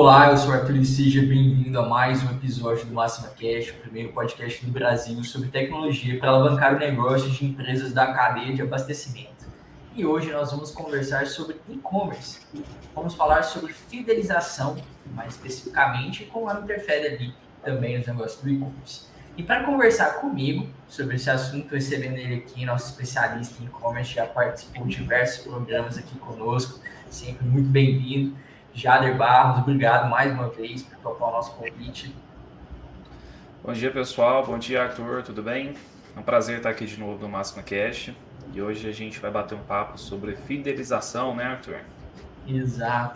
Olá, eu sou o Arthur e seja bem-vindo a mais um episódio do MassimaCast, o primeiro podcast do Brasil sobre tecnologia para alavancar o negócio de empresas da cadeia de abastecimento. E hoje nós vamos conversar sobre e-commerce. Vamos falar sobre fidelização, mais especificamente, como ela interfere ali também nos negócios do e-commerce. E para conversar comigo sobre esse assunto, recebendo ele aqui, nosso especialista em e-commerce, já participou de diversos programas aqui conosco, sempre muito bem-vindo. Jader Barros, obrigado mais uma vez por topar o nosso convite. Bom dia, pessoal. Bom dia, Arthur. Tudo bem? É um prazer estar aqui de novo no MassimaCast. E hoje a gente vai bater um papo sobre fidelização, né, Arthur? Exato.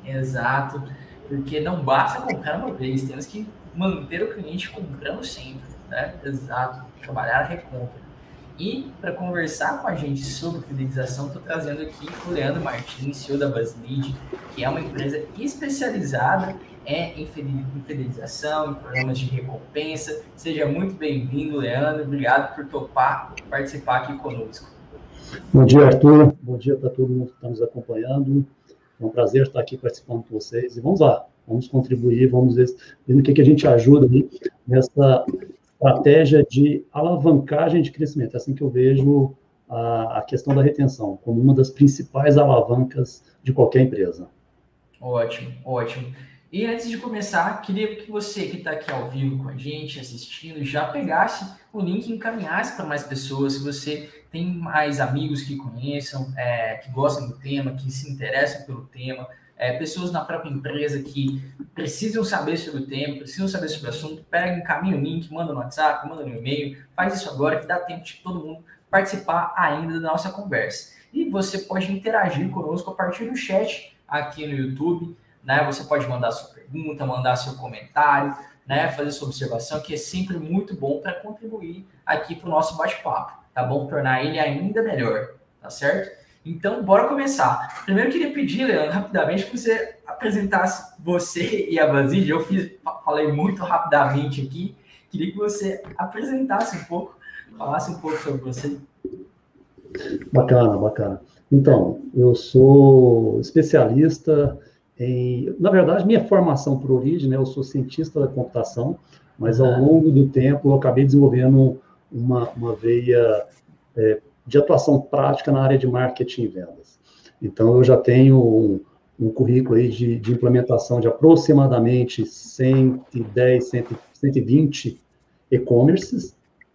Porque não basta comprar uma vez, temos que manter o cliente comprando sempre, né? Exato. Trabalhar a recompra. E para conversar com a gente sobre fidelização, estou trazendo aqui o Leandro Martins, CEO da BuzzLead, que é uma empresa especializada em fidelização, em programas de recompensa. Seja muito bem-vindo, Leandro. Obrigado por topar participar aqui conosco. Bom dia, Arthur. Bom dia para todo mundo que está nos acompanhando. É um prazer estar aqui participando com vocês. E vamos lá, vamos contribuir, vamos ver no que a gente ajuda aí nessa estratégia de alavancagem de crescimento. É assim que eu vejo a questão da retenção, como uma das principais alavancas de qualquer empresa. Ótimo. E antes de começar, queria que você que está aqui ao vivo com a gente, assistindo, já pegasse o link e encaminhasse para mais pessoas. Se você tem mais amigos que conheçam, que gostam do tema, que se interessam pelo tema, pessoas na própria empresa que precisam saber sobre o tema, precisam saber sobre o assunto, pega, encaminha o link, manda no WhatsApp, manda no e-mail, faz isso agora que dá tempo de todo mundo participar ainda da nossa conversa. E você pode interagir conosco a partir do chat aqui no YouTube, né? Você pode mandar sua pergunta, mandar seu comentário, né? Fazer sua observação, que é sempre muito bom para contribuir aqui para o nosso bate-papo, tá bom? Tornar ele ainda melhor, tá certo? Então, bora começar. Primeiro, eu queria pedir, Leandro, rapidamente, que você apresentasse você e a BuzzLead. Eu falei muito rapidamente aqui. Queria que você apresentasse um pouco, falasse um pouco sobre você. Bacana. Então, eu sou especialista em... Na verdade, minha formação por origem, né, eu sou cientista da computação, mas ao longo do tempo eu acabei desenvolvendo uma veia... de atuação prática na área de marketing e vendas. Então, eu já tenho um currículo aí de implementação de aproximadamente 110, 120 e-commerces,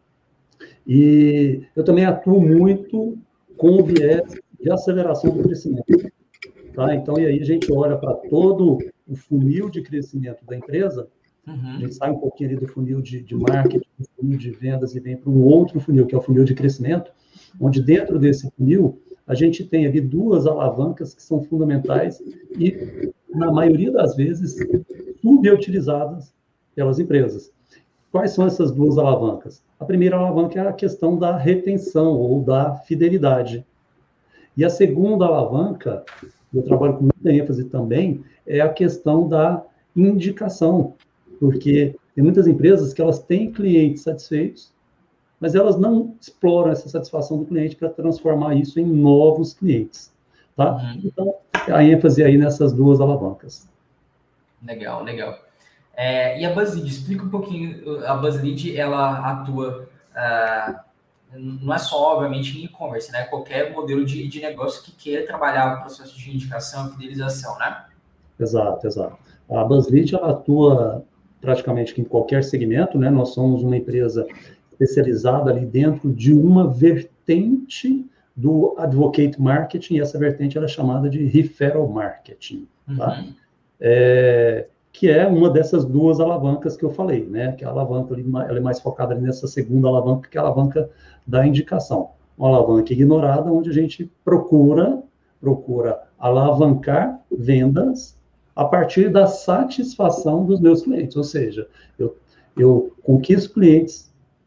e eu também atuo muito com o viés de aceleração do crescimento. Tá? Então, e aí a gente olha para todo o funil de crescimento da empresa, a gente sai um pouquinho ali do funil de marketing, do funil de vendas, e vem para um outro funil, que é o funil de crescimento, onde dentro desse funil, a gente tem ali duas alavancas que são fundamentais e, na maioria das vezes, subutilizadas pelas empresas. Quais são essas duas alavancas? A primeira alavanca é a questão da retenção ou da fidelidade. E a segunda alavanca, eu trabalho com muita ênfase também, é a questão da indicação, porque tem muitas empresas que elas têm clientes satisfeitos, mas elas não exploram essa satisfação do cliente para transformar isso em novos clientes, tá? Então, a ênfase aí nessas duas alavancas. Legal. E a BuzzLead, explica um pouquinho. A BuzzLead, ela atua, não é só, obviamente, em e-commerce, né? Qualquer modelo de negócio que queira trabalhar o processo de indicação e fidelização, né? Exato. A BuzzLead, ela atua praticamente em qualquer segmento, né? Nós somos uma empresa especializada ali dentro de uma vertente do Advocate Marketing, e essa vertente ela é chamada de Referral Marketing, tá? Que é uma dessas duas alavancas que eu falei, né? Que a alavanca ali, ela é mais focada ali nessa segunda alavanca, que é a alavanca da indicação. Uma alavanca ignorada, onde a gente procura alavancar vendas a partir da satisfação dos meus clientes, ou seja, eu conquisto clientes,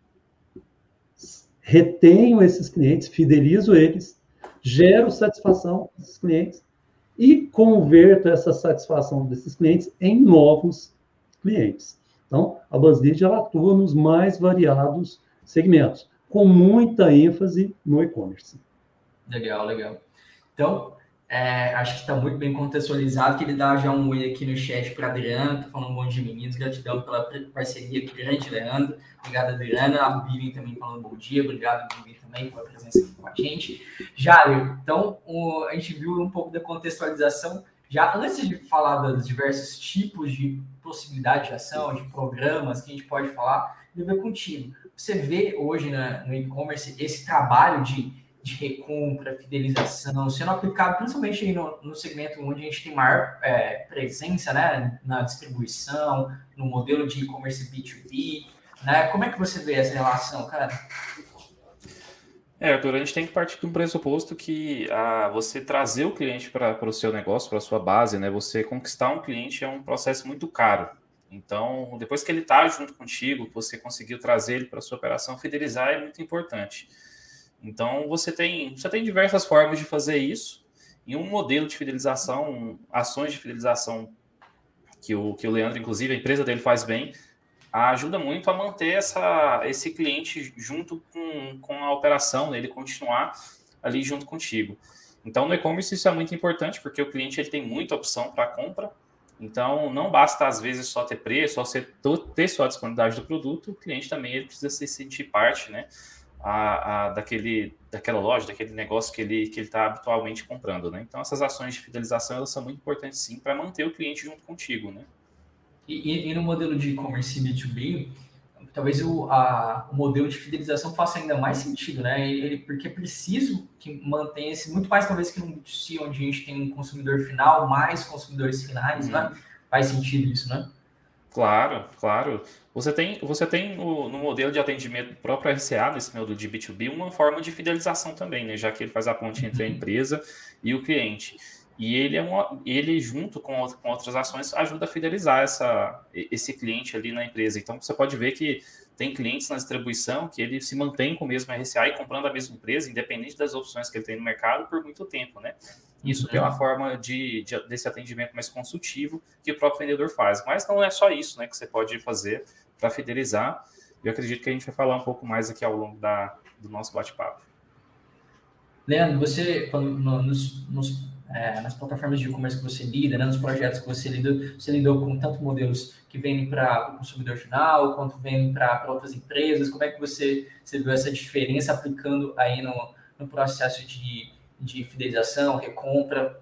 retenho esses clientes, fidelizo eles, gero satisfação desses clientes e converto essa satisfação desses clientes em novos clientes. Então, a BuzzLead ela atua nos mais variados segmentos, com muita ênfase no e-commerce. Legal. Então, Acho que está muito bem contextualizado, que ele dá já um oi aqui no chat para Adriano, tá falando um bom dia, meninos, gratidão pela parceria, grande Leandro, obrigado, Adriana, a Vivian também falando bom dia, obrigado, Vivian, também, pela presença aqui com a gente. Jário, então, a gente viu um pouco da contextualização, já antes de falar dos diversos tipos de possibilidade de ação, de programas que a gente pode falar, eu ver contigo. Você vê hoje no e-commerce esse trabalho de recompra, fidelização, sendo aplicado principalmente aí no segmento onde a gente tem maior presença, né, na distribuição, no modelo de e-commerce B2B, né? Como é que você vê essa relação, cara? Arthur, a gente tem que partir de um pressuposto que você trazer o cliente para o seu negócio, para a sua base, né, você conquistar um cliente é um processo muito caro. Então, depois que ele está junto contigo, você conseguiu trazer ele para a sua operação, fidelizar é muito importante. Então, você tem diversas formas de fazer isso, e um modelo de fidelização, ações de fidelização que o Leandro, inclusive, a empresa dele faz bem, ajuda muito a manter esse cliente junto com a operação, né, ele continuar ali junto contigo. Então, no e-commerce isso é muito importante, porque o cliente ele tem muita opção para compra, então não basta, às vezes, só ter preço, só ter só a disponibilidade do produto, o cliente também ele precisa se sentir parte, né, daquela loja, daquele negócio que ele está habitualmente comprando, né? Então, essas ações de fidelização elas são muito importantes, sim, para manter o cliente junto contigo, né? E no modelo de e-commerce B2B, talvez o modelo de fidelização faça ainda mais sentido, né? Porque é preciso que mantenha-se muito mais, talvez, que no B2C, onde a gente tem um consumidor final, mais consumidores finais, né? Faz sentido isso, né? Claro. Você tem no modelo de atendimento próprio RCA, nesse modelo de B2B, uma forma de fidelização também, né? Já que ele faz a ponte entre a empresa e o cliente. E ele junto com outras ações, ajuda a fidelizar esse cliente ali na empresa. Então, você pode ver que tem clientes na distribuição que ele se mantém com o mesmo RCA e comprando a mesma empresa, independente das opções que ele tem no mercado, por muito tempo, né? Isso pela forma desse atendimento mais consultivo que o próprio vendedor faz. Mas não é só isso, né, que você pode fazer para fidelizar. Eu acredito que a gente vai falar um pouco mais aqui ao longo do nosso bate-papo. Leandro, você, nas plataformas de e-commerce que você lida, né, nos projetos que você lidou com tanto modelos que vendem para o consumidor final, quanto vendem para outras empresas. Como é que você viu essa diferença aplicando aí no processo de fidelização, recompra?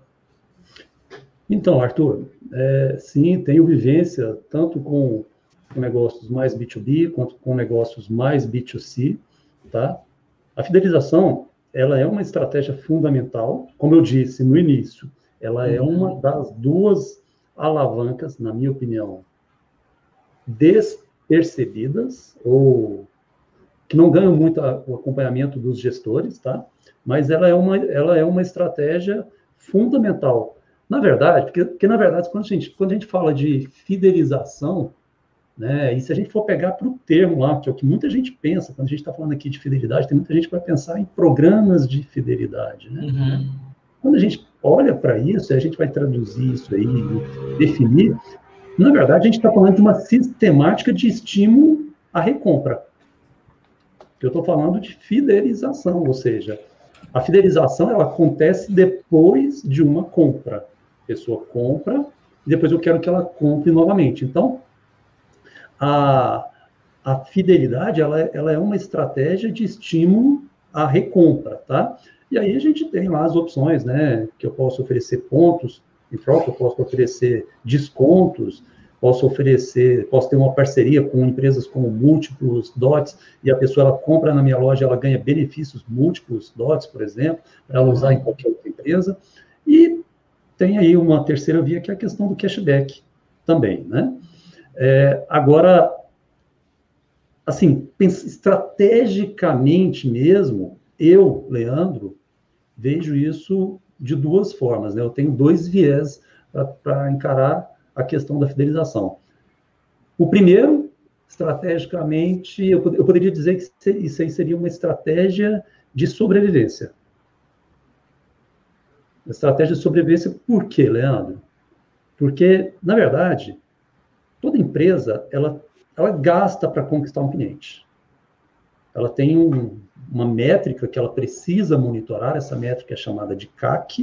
Então, Arthur, sim, tenho vivência tanto com negócios mais B2B quanto com negócios mais B2C, tá? A fidelização, ela é uma estratégia fundamental, como eu disse no início, ela é uma das duas alavancas, na minha opinião, despercebidas, ou que não ganham muito o acompanhamento dos gestores, tá? Mas ela é uma estratégia fundamental. Na verdade, porque na verdade, quando a gente fala de fidelização, né, e se a gente for pegar para o termo lá, que é o que muita gente pensa, quando a gente está falando aqui de fidelidade, tem muita gente que vai pensar em programas de fidelidade, né? Quando a gente olha para isso, a gente vai traduzir isso aí, definir, na verdade, a gente está falando de uma sistemática de estímulo à recompra. Eu estou falando de fidelização, ou seja, a fidelização ela acontece depois de uma compra. A pessoa compra e depois eu quero que ela compre novamente. Então, a fidelidade ela é uma estratégia de estímulo à recompra, tá? E aí a gente tem lá as opções, né? Que eu posso oferecer pontos em troca, eu posso oferecer descontos, posso ter uma parceria com empresas como múltiplos DOTs, e a pessoa ela compra na minha loja, ela ganha benefícios múltiplos DOTs, por exemplo, para ela usar em qualquer outra empresa. E tem aí uma terceira via, que é a questão do cashback também, né? Agora, assim, estrategicamente mesmo, eu, Leandro, vejo isso de duas formas, né? Eu tenho dois viés para encarar a questão da fidelização. O primeiro, estrategicamente, eu poderia dizer que isso aí seria uma estratégia de sobrevivência. Estratégia de sobrevivência, por quê, Leandro? Porque, na verdade, toda empresa, ela gasta para conquistar um cliente. Ela tem uma métrica que ela precisa monitorar, essa métrica é chamada de CAC,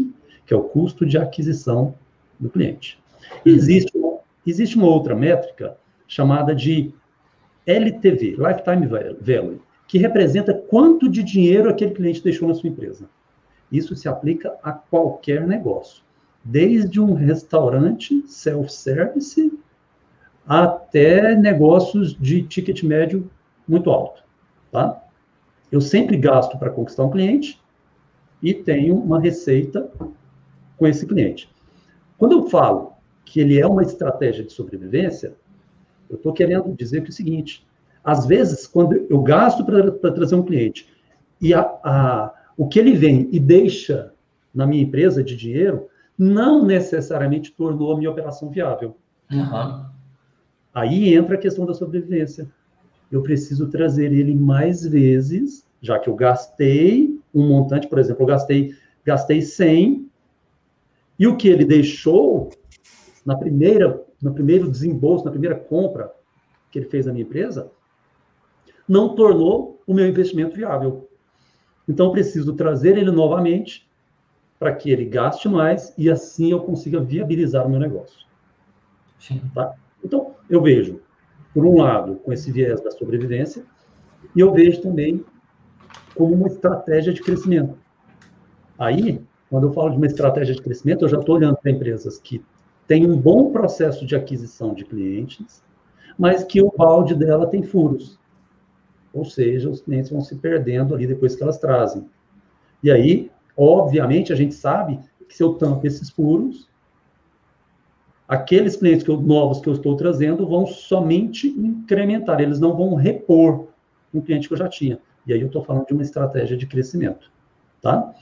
que é o custo de aquisição do cliente. E existe uma outra métrica chamada de LTV, Lifetime Value, que representa quanto de dinheiro aquele cliente deixou na sua empresa. Isso se aplica a qualquer negócio, desde um restaurante self-service até negócios de ticket médio muito alto, tá? Eu sempre gasto para conquistar um cliente e tenho uma receita com esse cliente. Quando eu falo que ele é uma estratégia de sobrevivência, eu estou querendo dizer que é o seguinte, às vezes, quando eu gasto para trazer um cliente e o que ele vem e deixa na minha empresa de dinheiro, não necessariamente tornou a minha operação viável. Uhum. Aí entra a questão da sobrevivência. Eu preciso trazer ele mais vezes, já que eu gastei um montante, por exemplo, eu gastei 100, e o que ele deixou no primeiro desembolso, na primeira compra que ele fez na minha empresa, não tornou o meu investimento viável. Então, eu preciso trazer ele novamente para que ele gaste mais e assim eu consiga viabilizar o meu negócio. Sim. Tá? Então, eu vejo, por um lado, com esse viés da sobrevivência, e eu vejo também como uma estratégia de crescimento. Aí, quando eu falo de uma estratégia de crescimento, eu já estou olhando para empresas que têm um bom processo de aquisição de clientes, mas que o balde dela tem furos. Ou seja, os clientes vão se perdendo ali depois que elas trazem. E aí, obviamente, a gente sabe que se eu tampo esses furos, aqueles clientes novos que eu estou trazendo vão somente incrementar, eles não vão repor um cliente que eu já tinha. E aí eu estou falando de uma estratégia de crescimento. Tá?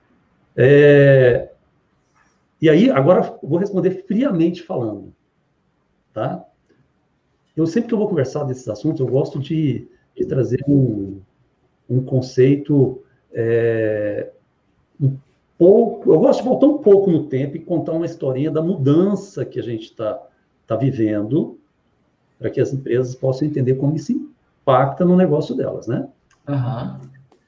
E aí, agora eu vou responder friamente falando. Tá? Eu sempre que eu vou conversar desses assuntos, eu gosto de trazer um conceito um pouco... Eu gosto de voltar um pouco no tempo e contar uma historinha da mudança que a gente está vivendo para que as empresas possam entender como isso impacta no negócio delas, né? Uhum.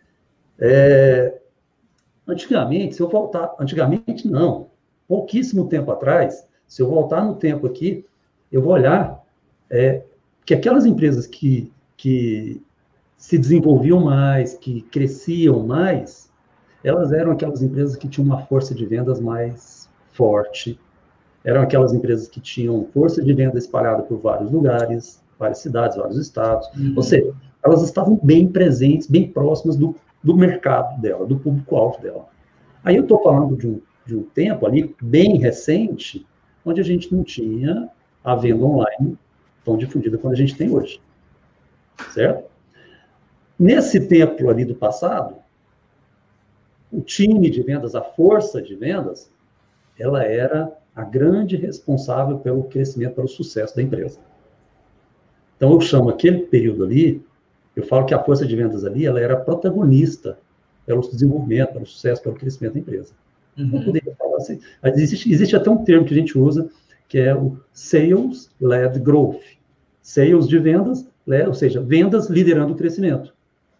Antigamente, se eu voltar... Antigamente, não. Pouquíssimo tempo atrás, se eu voltar no tempo aqui, eu vou olhar que aquelas empresas que se desenvolviam mais, que cresciam mais, elas eram aquelas empresas que tinham uma força de vendas mais forte, eram aquelas empresas que tinham força de venda espalhada por vários lugares, várias cidades, vários estados, ou seja, elas estavam bem presentes, bem próximas do mercado dela, do público-alvo dela. Aí eu estou falando de um tempo ali, bem recente, onde a gente não tinha a venda online tão difundida quanto a gente tem hoje. Certo? Nesse tempo ali do passado, o time de vendas, a força de vendas, ela era a grande responsável pelo crescimento, pelo sucesso da empresa. Então, eu chamo aquele período ali, eu falo que a força de vendas ali, ela era protagonista pelo desenvolvimento, pelo sucesso, pelo crescimento da empresa. Eu poderia falar assim, mas existe até um termo que a gente usa, que é o Sales-Led Growth. Sales de vendas, ou seja, vendas liderando o crescimento.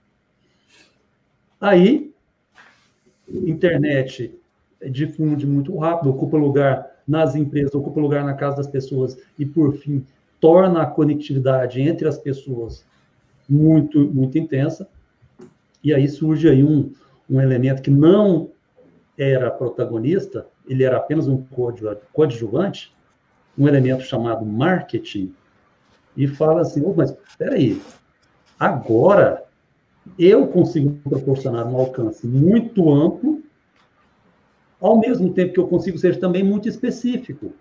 Aí, internet difunde muito rápido, ocupa lugar nas empresas, ocupa lugar na casa das pessoas e, por fim, torna a conectividade entre as pessoas muito, muito intensa. E aí surge aí um elemento que não era protagonista, ele era apenas um coadjuvante, um elemento chamado marketing, e fala assim, mas espera aí, agora eu consigo proporcionar um alcance muito amplo, ao mesmo tempo que eu consigo ser também muito específico.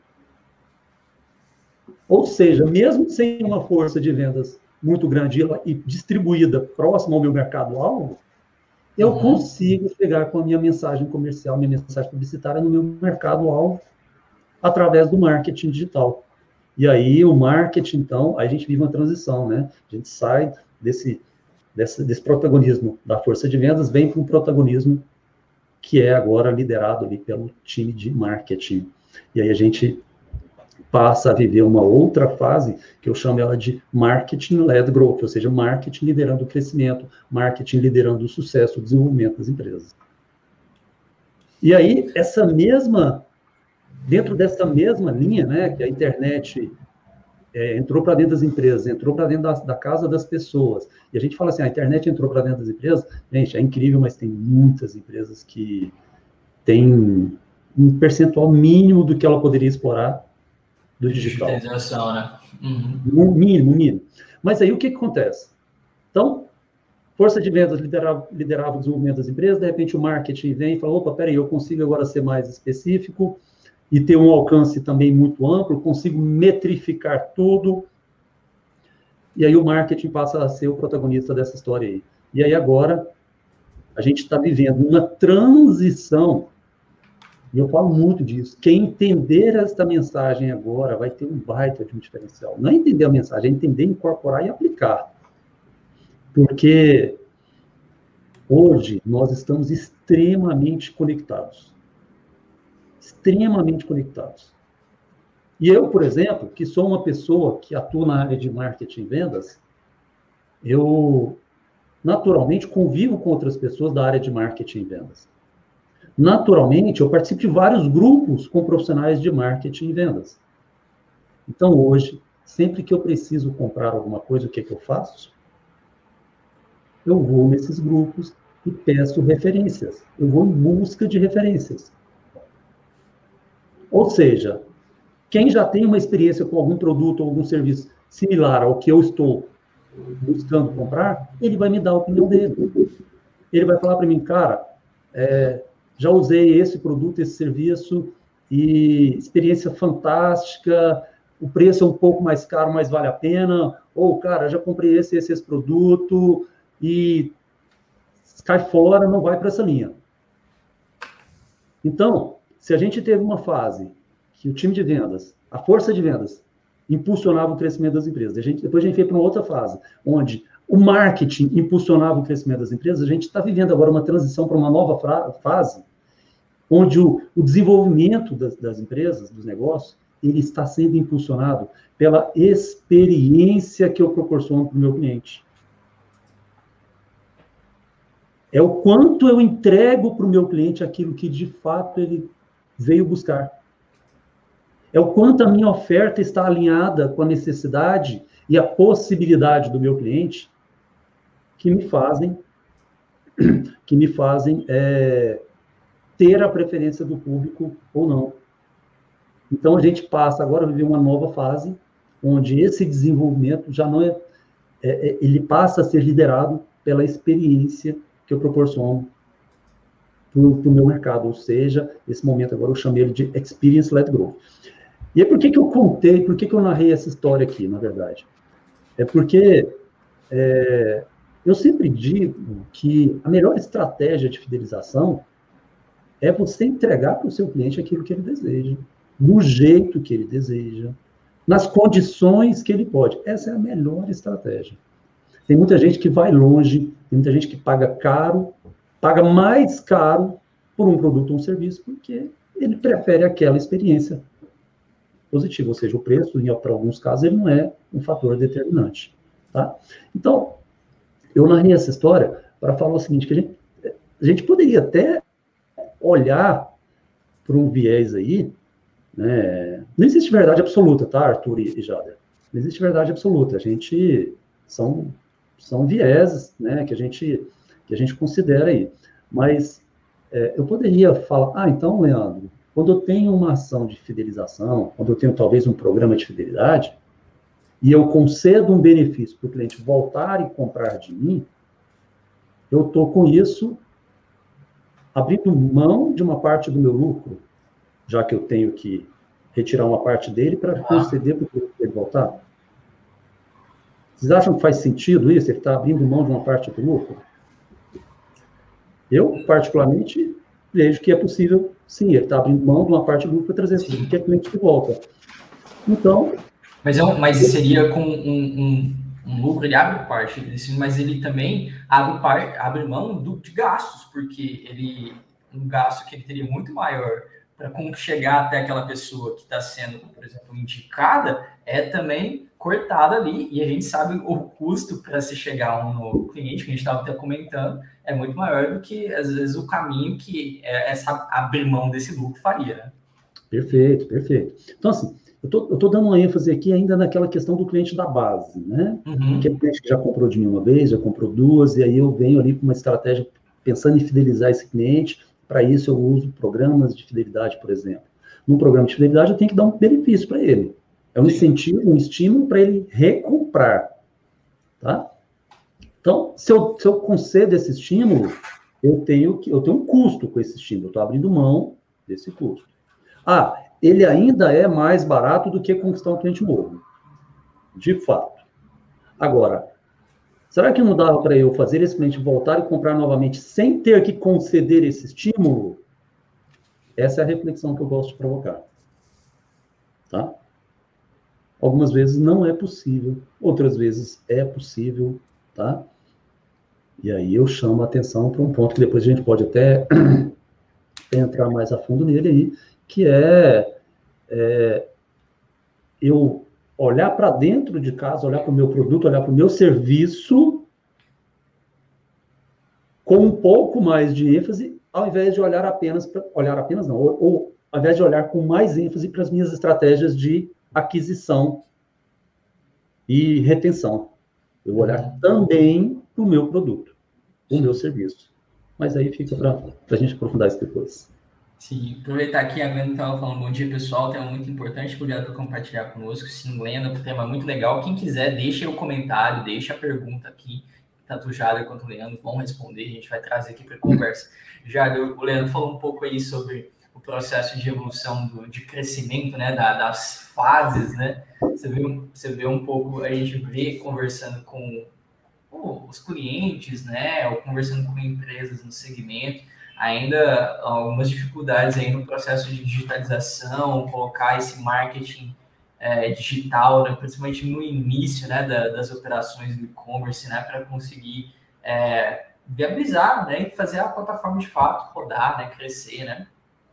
Ou seja, mesmo sem uma força de vendas muito grande e distribuída próxima ao meu mercado-alvo, eu consigo chegar com a minha mensagem comercial, minha mensagem publicitária no meu mercado-alvo através do marketing digital. E aí, o marketing, então, aí a gente vive uma transição, né? A gente sai desse protagonismo da força de vendas, vem para um protagonismo que é agora liderado ali pelo time de marketing. E aí a gente passa a viver uma outra fase, que eu chamo ela de marketing-led growth, ou seja, marketing liderando o crescimento, marketing liderando o sucesso, o desenvolvimento das empresas. E aí, dentro dessa mesma linha, né, que a internet entrou para dentro das empresas, entrou para dentro da casa das pessoas, e a gente fala assim, a internet entrou para dentro das empresas, gente, é incrível, mas tem muitas empresas que têm um percentual mínimo do que ela poderia explorar do digital. Digitalização, né? Uhum. Mínimo. Mas aí o que acontece? Então, força de vendas liderava o desenvolvimento das empresas, de repente o marketing vem e fala, opa, peraí, eu consigo agora ser mais específico e ter um alcance também muito amplo, consigo metrificar tudo, e aí o marketing passa a ser o protagonista dessa história aí. E aí agora a gente está vivendo uma transição, e eu falo muito disso, quem entender esta mensagem agora vai ter um baita de um diferencial. Não é entender a mensagem, é entender, incorporar e aplicar. Porque hoje nós estamos extremamente conectados. Extremamente conectados. E eu, por exemplo, que sou uma pessoa que atua na área de marketing e vendas, eu naturalmente convivo com outras pessoas da área de marketing e vendas. Naturalmente, eu participo de vários grupos com profissionais de marketing e vendas. Então, hoje, sempre que eu preciso comprar alguma coisa, o que eu faço? Eu vou nesses grupos e peço referências. Eu vou em busca de referências. Ou seja, quem já tem uma experiência com algum produto ou algum serviço similar ao que eu estou buscando comprar, ele vai me dar a opinião dele. Ele vai falar para mim, cara, já usei esse produto, esse serviço, e experiência fantástica, o preço é um pouco mais caro, mas vale a pena, ou, cara, já comprei esse produto, e cai fora, não vai para essa linha. Então, se a gente teve uma fase que o time de vendas, a força de vendas, impulsionava o crescimento das empresas, depois a gente veio para uma outra fase, onde o marketing impulsionava o crescimento das empresas, a gente está vivendo agora uma transição para uma nova fase, onde o desenvolvimento das empresas, dos negócios, ele está sendo impulsionado pela experiência que eu proporciono para o meu cliente. É o quanto eu entrego para o meu cliente aquilo que, de fato, ele veio buscar. É o quanto a minha oferta está alinhada com a necessidade e a possibilidade do meu cliente que me fazem ter a preferência do público ou não. Então, a gente passa agora a viver uma nova fase, onde esse desenvolvimento já não ele passa a ser liderado pela experiência que eu proporciono para o meu mercado, ou seja, esse momento agora eu chamei ele de Experience-Led Growth. E aí, por que eu narrei essa história aqui, na verdade? É porque eu sempre digo que a melhor estratégia de fidelização é você entregar para o seu cliente aquilo que ele deseja, do jeito que ele deseja, nas condições que ele pode. Essa é a melhor estratégia. Tem muita gente que vai longe, tem muita gente que paga caro, paga mais caro por um produto ou um serviço, porque ele prefere aquela experiência positiva, ou seja, o preço, para alguns casos, ele não é um fator determinante. Tá? Então, eu narrei essa história para falar o seguinte, que a gente poderia até olhar para um viés aí, né? Não existe verdade absoluta, tá, Arthur e Jader? Não existe verdade absoluta. A gente são vieses, né, que a gente considera aí. Mas eu poderia falar, então, Leandro, quando eu tenho uma ação de fidelização, quando eu tenho talvez um programa de fidelidade, e eu concedo um benefício para o cliente voltar e comprar de mim, eu estou com isso abrindo mão de uma parte do meu lucro, já que eu tenho que retirar uma parte dele para conceder para o cliente voltar. Vocês acham que faz sentido isso? Ele está abrindo mão de uma parte do lucro? Eu, particularmente, vejo que é possível, sim, ele está abrindo mão de uma parte do lucro para trazer tudo, que é cliente de volta. Então... Mas seria com um lucro, ele abre parte disso, mas ele também abre mão de gastos, porque um gasto que ele teria muito maior para como chegar até aquela pessoa que está sendo, por exemplo, indicada, é também cortada ali, e a gente sabe o custo para se chegar a um novo cliente, que a gente estava até comentando, é muito maior do que, às vezes, o caminho que essa abrir mão desse lucro faria, né? Perfeito, perfeito. Então, assim, eu tô dando uma ênfase aqui ainda naquela questão do cliente da base, né? Aquele cliente que já comprou de mim uma vez, já comprou duas, e aí eu venho ali com uma estratégia pensando em fidelizar esse cliente. Para isso eu uso programas de fidelidade, por exemplo. Num programa de fidelidade eu tenho que dar um benefício para ele. É um incentivo, um estímulo para ele recomprar, tá? Então, se eu concedo esse estímulo, eu tenho um custo com esse estímulo, eu estou abrindo mão desse custo. Ele ainda é mais barato do que conquistar um cliente novo. De fato. Agora, será que não dá para eu fazer esse cliente voltar e comprar novamente sem ter que conceder esse estímulo? Essa é a reflexão que eu gosto de provocar. Tá? Algumas vezes não é possível, outras vezes é possível, tá? E aí eu chamo a atenção para um ponto que depois a gente pode até entrar mais a fundo nele aí, que é eu olhar para dentro de casa, olhar para o meu produto, olhar para o meu serviço com um pouco mais de ênfase, ao invés de olhar apenas ou ao invés de olhar com mais ênfase para as minhas estratégias de aquisição e retenção. Eu vou olhar também para o meu produto, o meu serviço. Mas aí fica para a gente aprofundar isso depois. Sim, aproveitar aqui, a Glenda estava falando, bom dia pessoal, tema muito importante, obrigado por compartilhar conosco. Sim, Glenda, o tema é muito legal. Quem quiser, deixa o comentário, deixa a pergunta aqui, tanto o Jader quanto o Leandro vão responder, a gente vai trazer aqui para a conversa. Jader, o Leandro falou um pouco aí sobre o processo de evolução, de crescimento, né, das fases, né? Você vê um pouco, a gente vê conversando com os clientes, né, ou conversando com empresas no segmento, ainda algumas dificuldades aí no processo de digitalização, colocar esse marketing digital, né, principalmente no início, né, das operações do e-commerce, né, para conseguir viabilizar, né, e fazer a plataforma de fato rodar, né, crescer, né?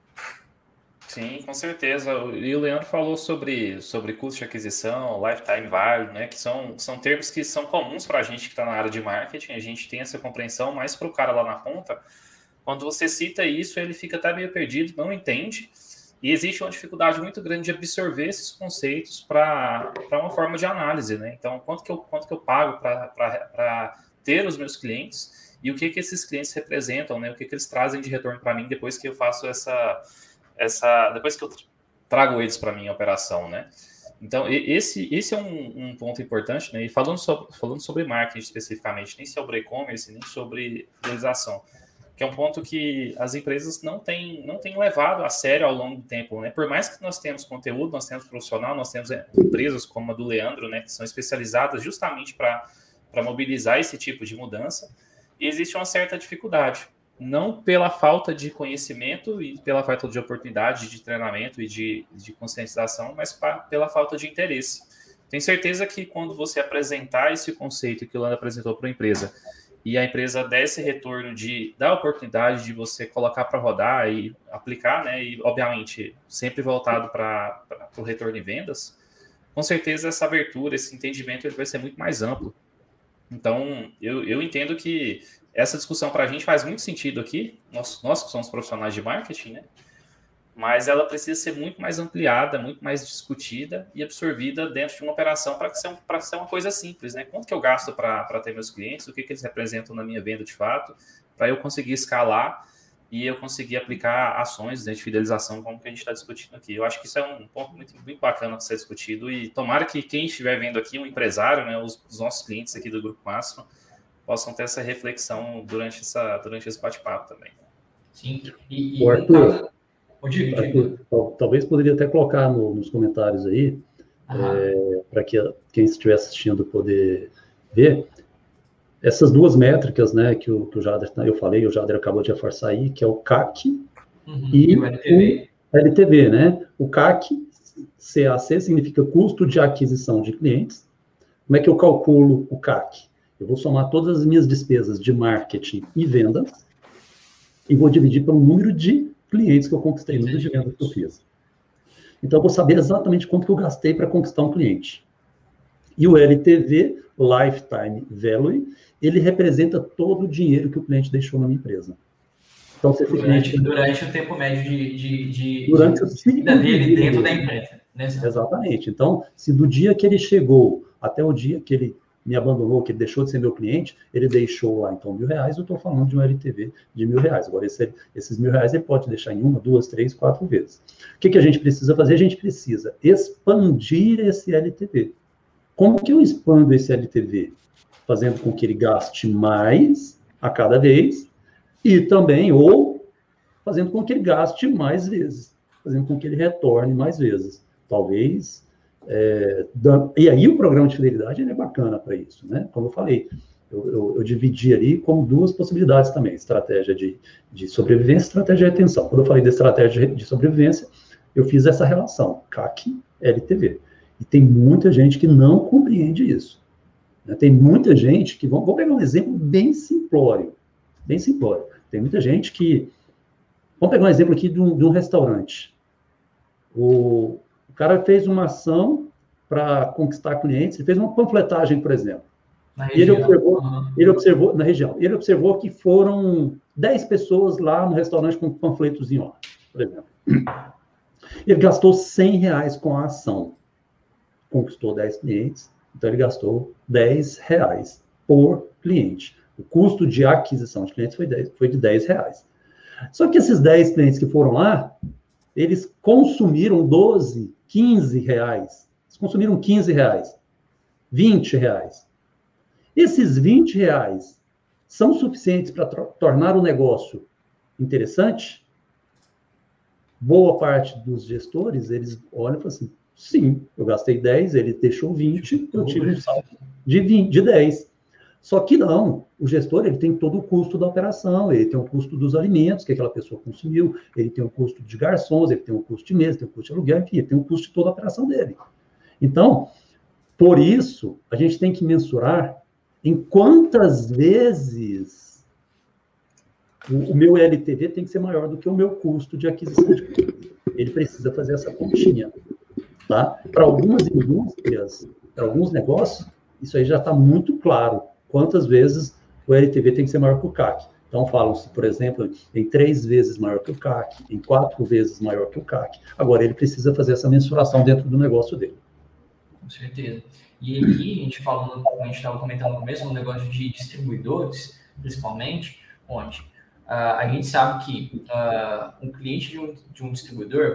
Sim, com certeza. E o Leandro falou sobre custo de aquisição, lifetime value, né, que são termos que são comuns para a gente que está na área de marketing, a gente tem essa compreensão, mas para o cara lá na ponta, quando você cita isso, ele fica até meio perdido, não entende, e existe uma dificuldade muito grande de absorver esses conceitos para uma forma de análise, né? Então, quanto que eu pago para ter os meus clientes e o que esses clientes representam, né? O que eles trazem de retorno para mim depois que eu faço depois que eu trago eles para minha operação, né? Então, esse é um ponto importante, né? E falando sobre marketing especificamente, nem sobre e-commerce, nem sobre fidelização, que é um ponto que as empresas não têm levado a sério ao longo do tempo, né? Por mais que nós temos conteúdo, nós temos profissional, nós temos empresas como a do Leandro, né, que são especializadas justamente para mobilizar esse tipo de mudança, e existe uma certa dificuldade, não pela falta de conhecimento e pela falta de oportunidade de treinamento e de conscientização, mas pela falta de interesse. Tenho certeza que quando você apresentar esse conceito que o Leandro apresentou para a empresa, e a empresa der esse retorno de dar a oportunidade de você colocar para rodar e aplicar, né? E, obviamente, sempre voltado para o retorno em vendas, com certeza essa abertura, esse entendimento, ele vai ser muito mais amplo. Então, eu entendo que essa discussão para a gente faz muito sentido aqui, nós que somos profissionais de marketing, né? Mas ela precisa ser muito mais ampliada, muito mais discutida e absorvida dentro de uma operação para ser uma coisa simples, né? Quanto que eu gasto para ter meus clientes, o que eles representam na minha venda de fato, para eu conseguir escalar e eu conseguir aplicar ações, né, de fidelização como que a gente está discutindo aqui. Eu acho que isso é um ponto muito, muito bacana para ser discutido e tomara que quem estiver vendo aqui, um empresário, né, os nossos clientes aqui do Grupo Máximo, possam ter essa reflexão durante esse bate-papo também. Sim, Arthur, talvez poderia até colocar nos comentários aí, para que quem estiver assistindo poder ver, essas duas métricas, né, que o Jader, eu falei, o Jader acabou de reforçar aí, que é o CAC e o LTV, né? O CAC, CAC, significa custo de aquisição de clientes. Como é que eu calculo o CAC? Eu vou somar todas as minhas despesas de marketing e vendas e vou dividir pelo número de clientes que eu conquistei, número de vendas que eu fiz. Então, eu vou saber exatamente quanto que eu gastei para conquistar um cliente. E o LTV, Lifetime Value, ele representa todo o dinheiro que o cliente deixou na minha empresa. Então, se esse cliente... Durante o tempo médio de o ciclo dele dentro da empresa. Né? Exatamente. Então, se do dia que ele chegou até o dia que ele me abandonou, que ele deixou de ser meu cliente, ele deixou lá, então, R$1.000, eu estou falando de um LTV de R$1.000. Agora, esses R$1.000 ele pode deixar em 1, 2, 3, 4 vezes. O que a gente precisa fazer? A gente precisa expandir esse LTV. Como que eu expando esse LTV? Fazendo com que ele gaste mais a cada vez e também, ou fazendo com que ele gaste mais vezes, fazendo com que ele retorne mais vezes. Talvez... e aí o programa de fidelidade ele é bacana para isso, né? Como eu falei, eu dividi ali como 2 possibilidades também, estratégia de sobrevivência e estratégia de retenção. Quando eu falei da estratégia de sobrevivência, eu fiz essa relação, CAC, LTV. E tem muita gente que não compreende isso. Né? Tem muita gente que... Vou pegar um exemplo bem simplório. Bem simplório. Tem muita gente que... Vamos pegar um exemplo aqui de um restaurante. O cara fez uma ação para conquistar clientes, ele fez uma panfletagem, por exemplo. E ele observou na região. Ele observou que foram 10 pessoas lá no restaurante com panfletozinho, por exemplo. Ele gastou R$100 com a ação. Conquistou 10 clientes, então ele gastou R$10 por cliente. O custo de aquisição de clientes foi de R$10. Só que esses 10 clientes que foram lá, eles consumiram 12, R$15. Eles consumiram R$15, R$20. Esses R$20 são suficientes para tornar o negócio interessante? Boa parte dos gestores, eles olham e falam assim, sim, eu gastei 10, ele deixou 20, eu tive um saldo de 10. Só que não, o gestor ele tem todo o custo da operação, ele tem o custo dos alimentos que aquela pessoa consumiu, ele tem o custo de garçons, ele tem o custo de mesa, tem o custo de aluguel, enfim, ele tem o custo de toda a operação dele. Então, por isso, a gente tem que mensurar em quantas vezes o meu LTV tem que ser maior do que o meu custo de aquisição de clientes. Ele precisa fazer essa continha. Tá? Para algumas indústrias, para alguns negócios, isso aí já está muito claro. Quantas vezes o LTV tem que ser maior que o CAC. Então, falam-se, por exemplo, em 3 vezes maior que o CAC, em 4 vezes maior que o CAC. Agora, ele precisa fazer essa mensuração dentro do negócio dele. Com certeza. E aqui, a gente falando, como a gente estava comentando no começo, no negócio de distribuidores, principalmente, onde a gente sabe que um cliente de um distribuidor,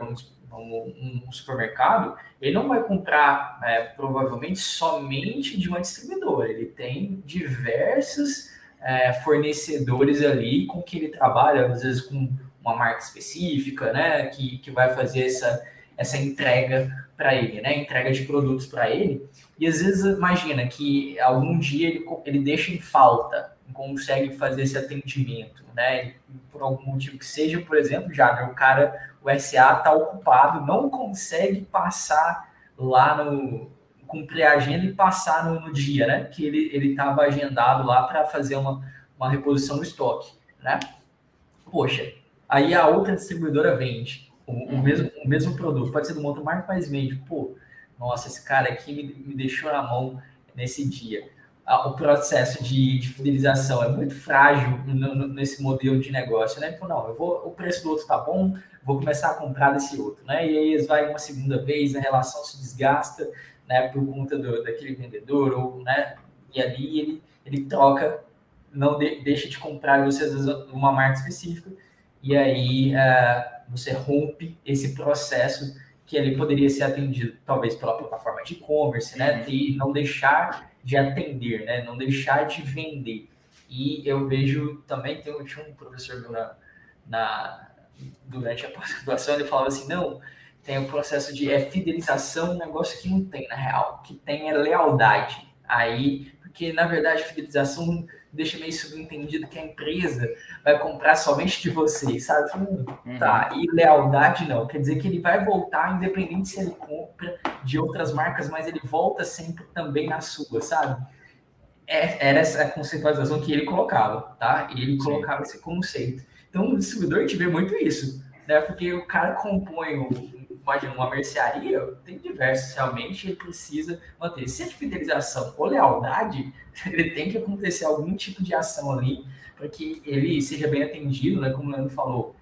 um supermercado, ele não vai comprar provavelmente somente de uma distribuidora, ele tem diversos fornecedores ali com que ele trabalha, às vezes com uma marca específica, né, que vai fazer essa entrega para ele, né, entrega de produtos para ele, e às vezes imagina que algum dia ele deixa em falta, não consegue fazer esse atendimento, né, por algum motivo que seja, por exemplo, o SA está ocupado, não consegue passar lá cumprir a agenda e passar no dia, né? Que ele estava agendado lá para fazer uma reposição do estoque, né? Poxa, aí a outra distribuidora vende o mesmo produto, pode ser de uma outra marca, mas vende. Pô, nossa, esse cara aqui me deixou na mão nesse dia. O processo de fidelização é muito frágil nesse modelo de negócio, né? Então, não, o preço do outro tá bom, vou começar a comprar desse outro, né? E aí eles vai uma segunda vez, a relação se desgasta, né? Por conta daquele vendedor, ou, né? E ali ele troca, não deixa de comprar você, às vezes, uma marca específica, e aí você rompe esse processo que ele poderia ser atendido, talvez pela plataforma de e-commerce, né? E não deixar de atender, né? Não deixar de vender. E eu vejo também, tinha um professor durante a pós-graduação, ele falava assim, não, tem o processo de fidelização, um negócio que não tem, na real, que tem é lealdade. Aí, porque, na verdade, fidelização deixa meio subentendido que a empresa vai comprar somente de você, sabe? Tá, e lealdade não. Quer dizer que ele vai voltar, independente se ele compra de outras marcas, mas ele volta sempre também na sua, sabe? Era essa conceitualização que ele colocava, tá? Ele colocava esse conceito. Então, no distribuidor, a gente vê muito isso. né? Porque o cara compõe imagina, uma mercearia, tem diversos, realmente, ele precisa manter. Se é de fidelização ou lealdade, ele tem que acontecer algum tipo de ação ali para que ele seja bem atendido, né? Como o Leandro falou,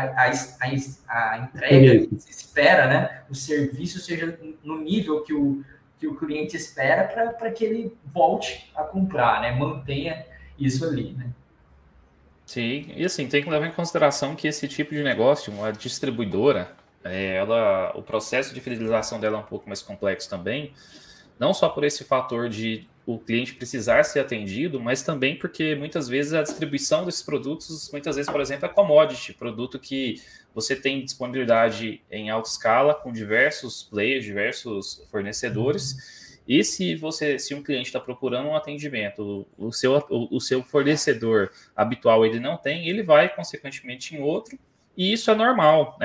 a entrega que se espera, né? O serviço seja no nível que o cliente espera para que ele volte a comprar, né? Mantenha isso ali, né? Sim, e assim, tem que levar em consideração que esse tipo de negócio, uma distribuidora, o processo de fidelização dela é um pouco mais complexo também, não só por esse fator de o cliente precisar ser atendido, mas também porque muitas vezes a distribuição desses produtos, muitas vezes, por exemplo, é commodity, produto que você tem disponibilidade em alta escala com diversos players, diversos fornecedores. E se um cliente está procurando um atendimento, o seu fornecedor habitual ele não tem, ele vai consequentemente em outro, e isso é normal.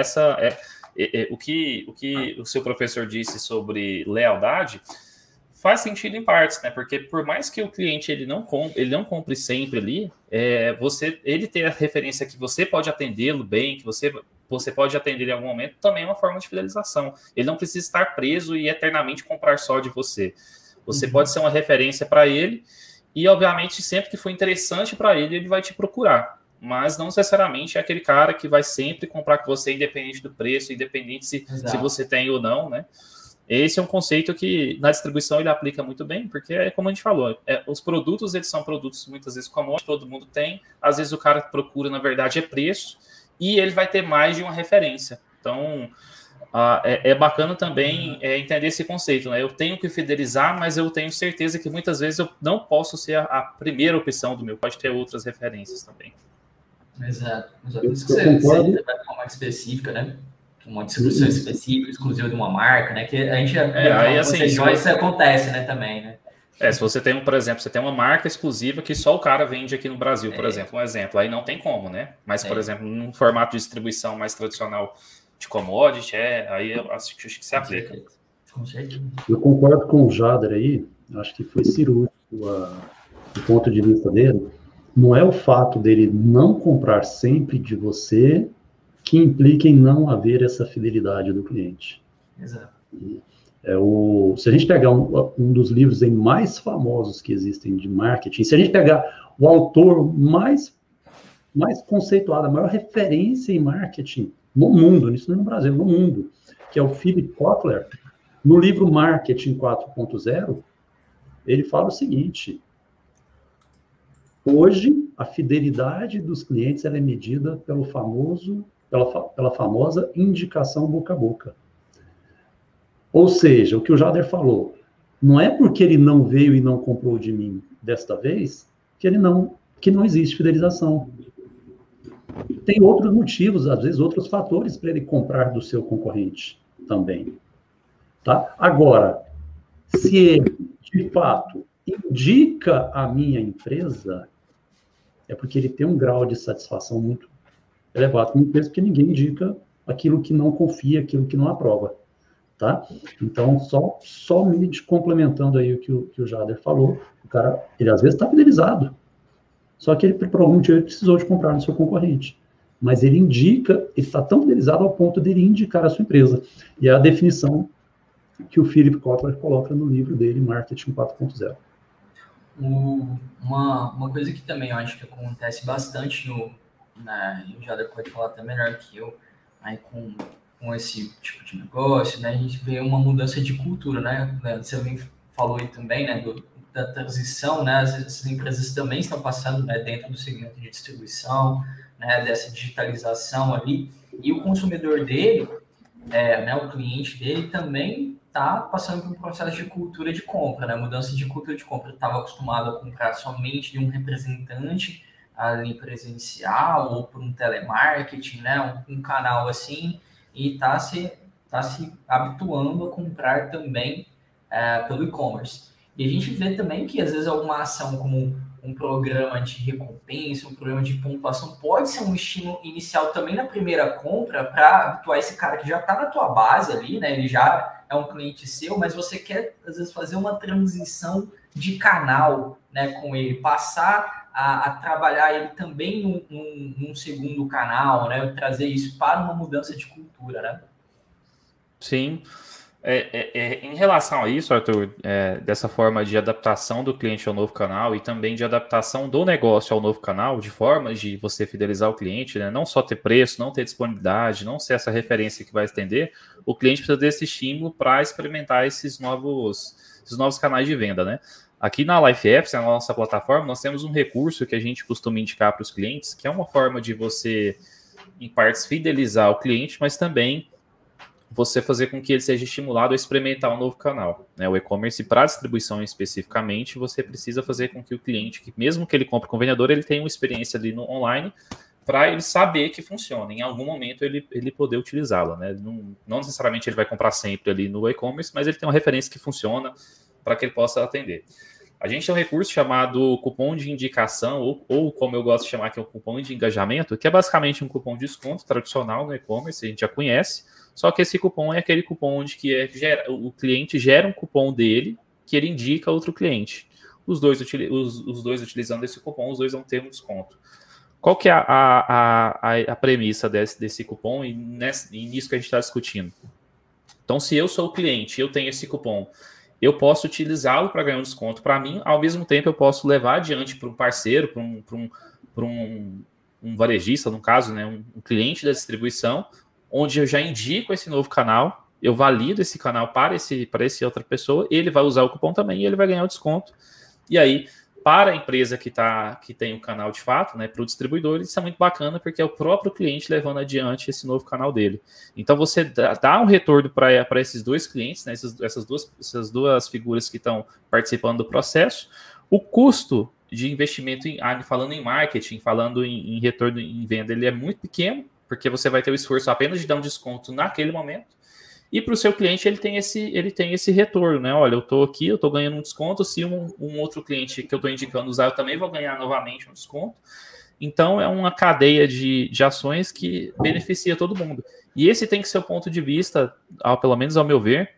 O que o seu professor disse sobre lealdade faz sentido em partes, né? Porque por mais que o cliente ele não compre sempre ali, ele ter a referência que você pode atendê-lo bem, que você pode atender em algum momento, também é uma forma de fidelização. Ele não precisa estar preso e eternamente comprar só de você. Você pode ser uma referência para ele e, obviamente, sempre que for interessante para ele, ele vai te procurar. Mas não necessariamente é aquele cara que vai sempre comprar com você, independente do preço, independente se você tem ou não, né? Esse é um conceito que na distribuição ele aplica muito bem, porque é como a gente falou, os produtos eles são produtos muitas vezes commodities, todo mundo tem, às vezes o cara procura, na verdade, é preço, e ele vai ter mais de uma referência. Então, é bacana também entender esse conceito, né? Eu tenho que fidelizar, mas eu tenho certeza que muitas vezes eu não posso ser a primeira opção do meu, pode ter outras referências também. Exato. Por isso que você vai para uma marca específica, né? Uma distribuição específica, exclusiva de uma marca, né? Que a gente isso acontece, né? Também, né? Se você tem, por exemplo, você tem uma marca exclusiva que só o cara vende aqui no Brasil, por exemplo, aí não tem como, né? Mas, por exemplo, num formato de distribuição mais tradicional de commodity, aí eu acho que se aplica. Eu concordo com o Jader aí, acho que foi cirúrgico do ponto de vista dele. Não é o fato dele não comprar sempre de você que implica em não haver essa fidelidade do cliente. Exato. Se a gente pegar um dos livros mais famosos que existem de marketing, se a gente pegar o autor mais conceituado, a maior referência em marketing no mundo, isso não é no Brasil, no mundo, que é o Philip Kotler, no livro Marketing 4.0, ele fala o seguinte: hoje, a fidelidade dos clientes ela é medida pela famosa indicação boca a boca. Ou seja, o que o Jader falou, não é porque ele não veio e não comprou de mim desta vez que não existe fidelização. Tem outros motivos, às vezes outros fatores para ele comprar do seu concorrente também. Tá? Agora, se ele, de fato, indica a minha empresa, é porque ele tem um grau de satisfação muito elevado com a empresa, porque ninguém indica aquilo que não confia, aquilo que não aprova. Tá? Então, somente complementando aí o que o Jader falou, o cara, ele às vezes está fidelizado, só que ele, por algum motivo, ele precisou de comprar no seu concorrente. Mas ele indica, ele está tão fidelizado ao ponto de ele indicar a sua empresa. E é a definição que o Philip Kotler coloca no livro dele, Marketing 4.0. Uma coisa que também eu acho que acontece bastante o Jader pode falar até melhor que eu, aí com esse tipo de negócio, né, a gente vê uma mudança de cultura, né? Você também falou aí também, né, da transição, né? Essas empresas também estão passando, né, dentro do segmento de distribuição, né, dessa digitalização ali, e o consumidor dele, né, o cliente dele também está passando por um processo de cultura de compra, né? Mudança de cultura de compra. Estava acostumado a comprar somente de um representante ali presencial ou por um telemarketing, né, um canal assim, e está se habituando a comprar também pelo e-commerce. E a gente vê também que, às vezes, alguma ação como um programa de recompensa, um programa de pontuação, pode ser um estímulo inicial também na primeira compra para habituar esse cara que já está na tua base ali, né? Ele já é um cliente seu, mas você quer, às vezes, fazer uma transição de canal, né, com ele, passar a trabalhar ele também num segundo canal, né, trazer isso para uma mudança de cultura, né? Sim. Em relação a isso, Arthur, dessa forma de adaptação do cliente ao novo canal e também de adaptação do negócio ao novo canal, de formas de você fidelizar o cliente, né? Não só ter preço, não ter disponibilidade, não ser essa referência que vai estender, o cliente precisa desse estímulo para experimentar esses novos canais de venda, né? Aqui na LifeApps, na nossa plataforma, nós temos um recurso que a gente costuma indicar para os clientes, que é uma forma de você, em partes, fidelizar o cliente, mas também você fazer com que ele seja estimulado a experimentar um novo canal, né? O e-commerce, para distribuição especificamente, você precisa fazer com que o cliente, mesmo que ele compre com o vendedor, ele tenha uma experiência ali no online para ele saber que funciona. Em algum momento ele poder utilizá-la, né? Não necessariamente ele vai comprar sempre ali no e-commerce, mas ele tem uma referência que funciona para que ele possa atender. A gente tem um recurso chamado cupom de indicação, ou como eu gosto de chamar, que é o cupom de engajamento, que é basicamente um cupom de desconto tradicional no e-commerce, a gente já conhece. Só que esse cupom é aquele cupom onde o cliente gera um cupom dele que ele indica a outro cliente. Os dois utilizando esse cupom, os dois vão ter um desconto. Qual que é a premissa desse cupom e nisso que a gente está discutindo? Então, se eu sou o cliente e eu tenho esse cupom, eu posso utilizá-lo para ganhar um desconto para mim, ao mesmo tempo eu posso levar adiante para um parceiro, para um varejista, no caso, né, um cliente da distribuição, onde eu já indico esse novo canal, eu valido esse canal para essa outra pessoa, ele vai usar o cupom também e ele vai ganhar o desconto. E aí, para a empresa que tem o canal de fato, né, para o distribuidor, isso é muito bacana, porque é o próprio cliente levando adiante esse novo canal dele. Então, você dá um retorno para esses dois clientes, né, essas duas figuras que estão participando do processo. O custo de investimento, falando em marketing, falando em retorno em venda, ele é muito pequeno, porque você vai ter o esforço apenas de dar um desconto naquele momento. E para o seu cliente, ele tem esse retorno, né? Olha, eu estou aqui, eu estou ganhando um desconto. Se um outro cliente que eu estou indicando usar, eu também vou ganhar novamente um desconto. Então, é uma cadeia de ações que beneficia todo mundo. E esse tem que ser o ponto de vista, pelo menos ao meu ver,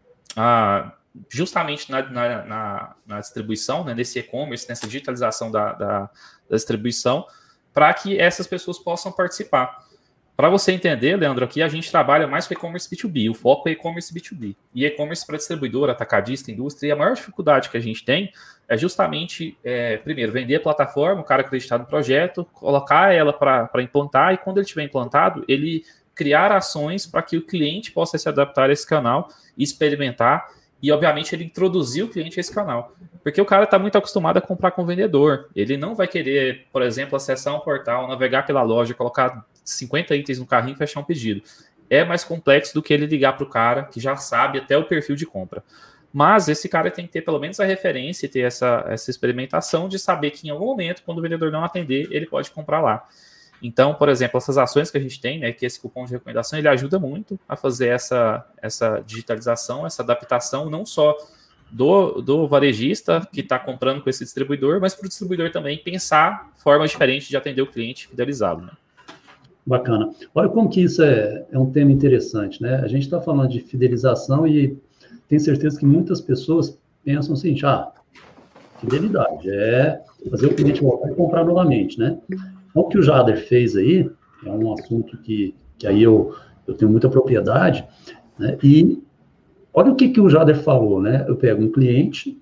justamente na distribuição, né? Nesse e-commerce, nessa digitalização da distribuição, para que essas pessoas possam participar. Para você entender, Leandro, aqui a gente trabalha mais com e-commerce B2B, o foco é e-commerce B2B. E e-commerce para distribuidor, atacadista, indústria, e a maior dificuldade que a gente tem é justamente, primeiro, vender a plataforma, o cara acreditar no projeto, colocar ela para implantar, e quando ele estiver implantado, ele criar ações para que o cliente possa se adaptar a esse canal, experimentar, e, obviamente, ele introduzir o cliente a esse canal. Porque o cara está muito acostumado a comprar com o vendedor. Ele não vai querer, por exemplo, acessar um portal, navegar pela loja, colocar 50 itens no carrinho e fechar um pedido. É mais complexo do que ele ligar para o cara, que já sabe até o perfil de compra. Mas esse cara tem que ter pelo menos a referência e ter essa experimentação de saber que em algum momento, quando o vendedor não atender, ele pode comprar lá. Então, por exemplo, essas ações que a gente tem, né, que esse cupom de recomendação, ele ajuda muito a fazer essa digitalização, essa adaptação, não só do varejista que está comprando com esse distribuidor, mas para o distribuidor também pensar formas diferentes de atender o cliente e fidelizá-lo, né? Bacana. Olha como que isso é um tema interessante, né? A gente está falando de fidelização e tenho certeza que muitas pessoas pensam assim, fidelidade é fazer o cliente voltar e comprar novamente, né? Então, o que o Jader fez aí é um assunto que aí eu tenho muita propriedade, né? E olha o que o Jader falou, né? Eu pego um cliente,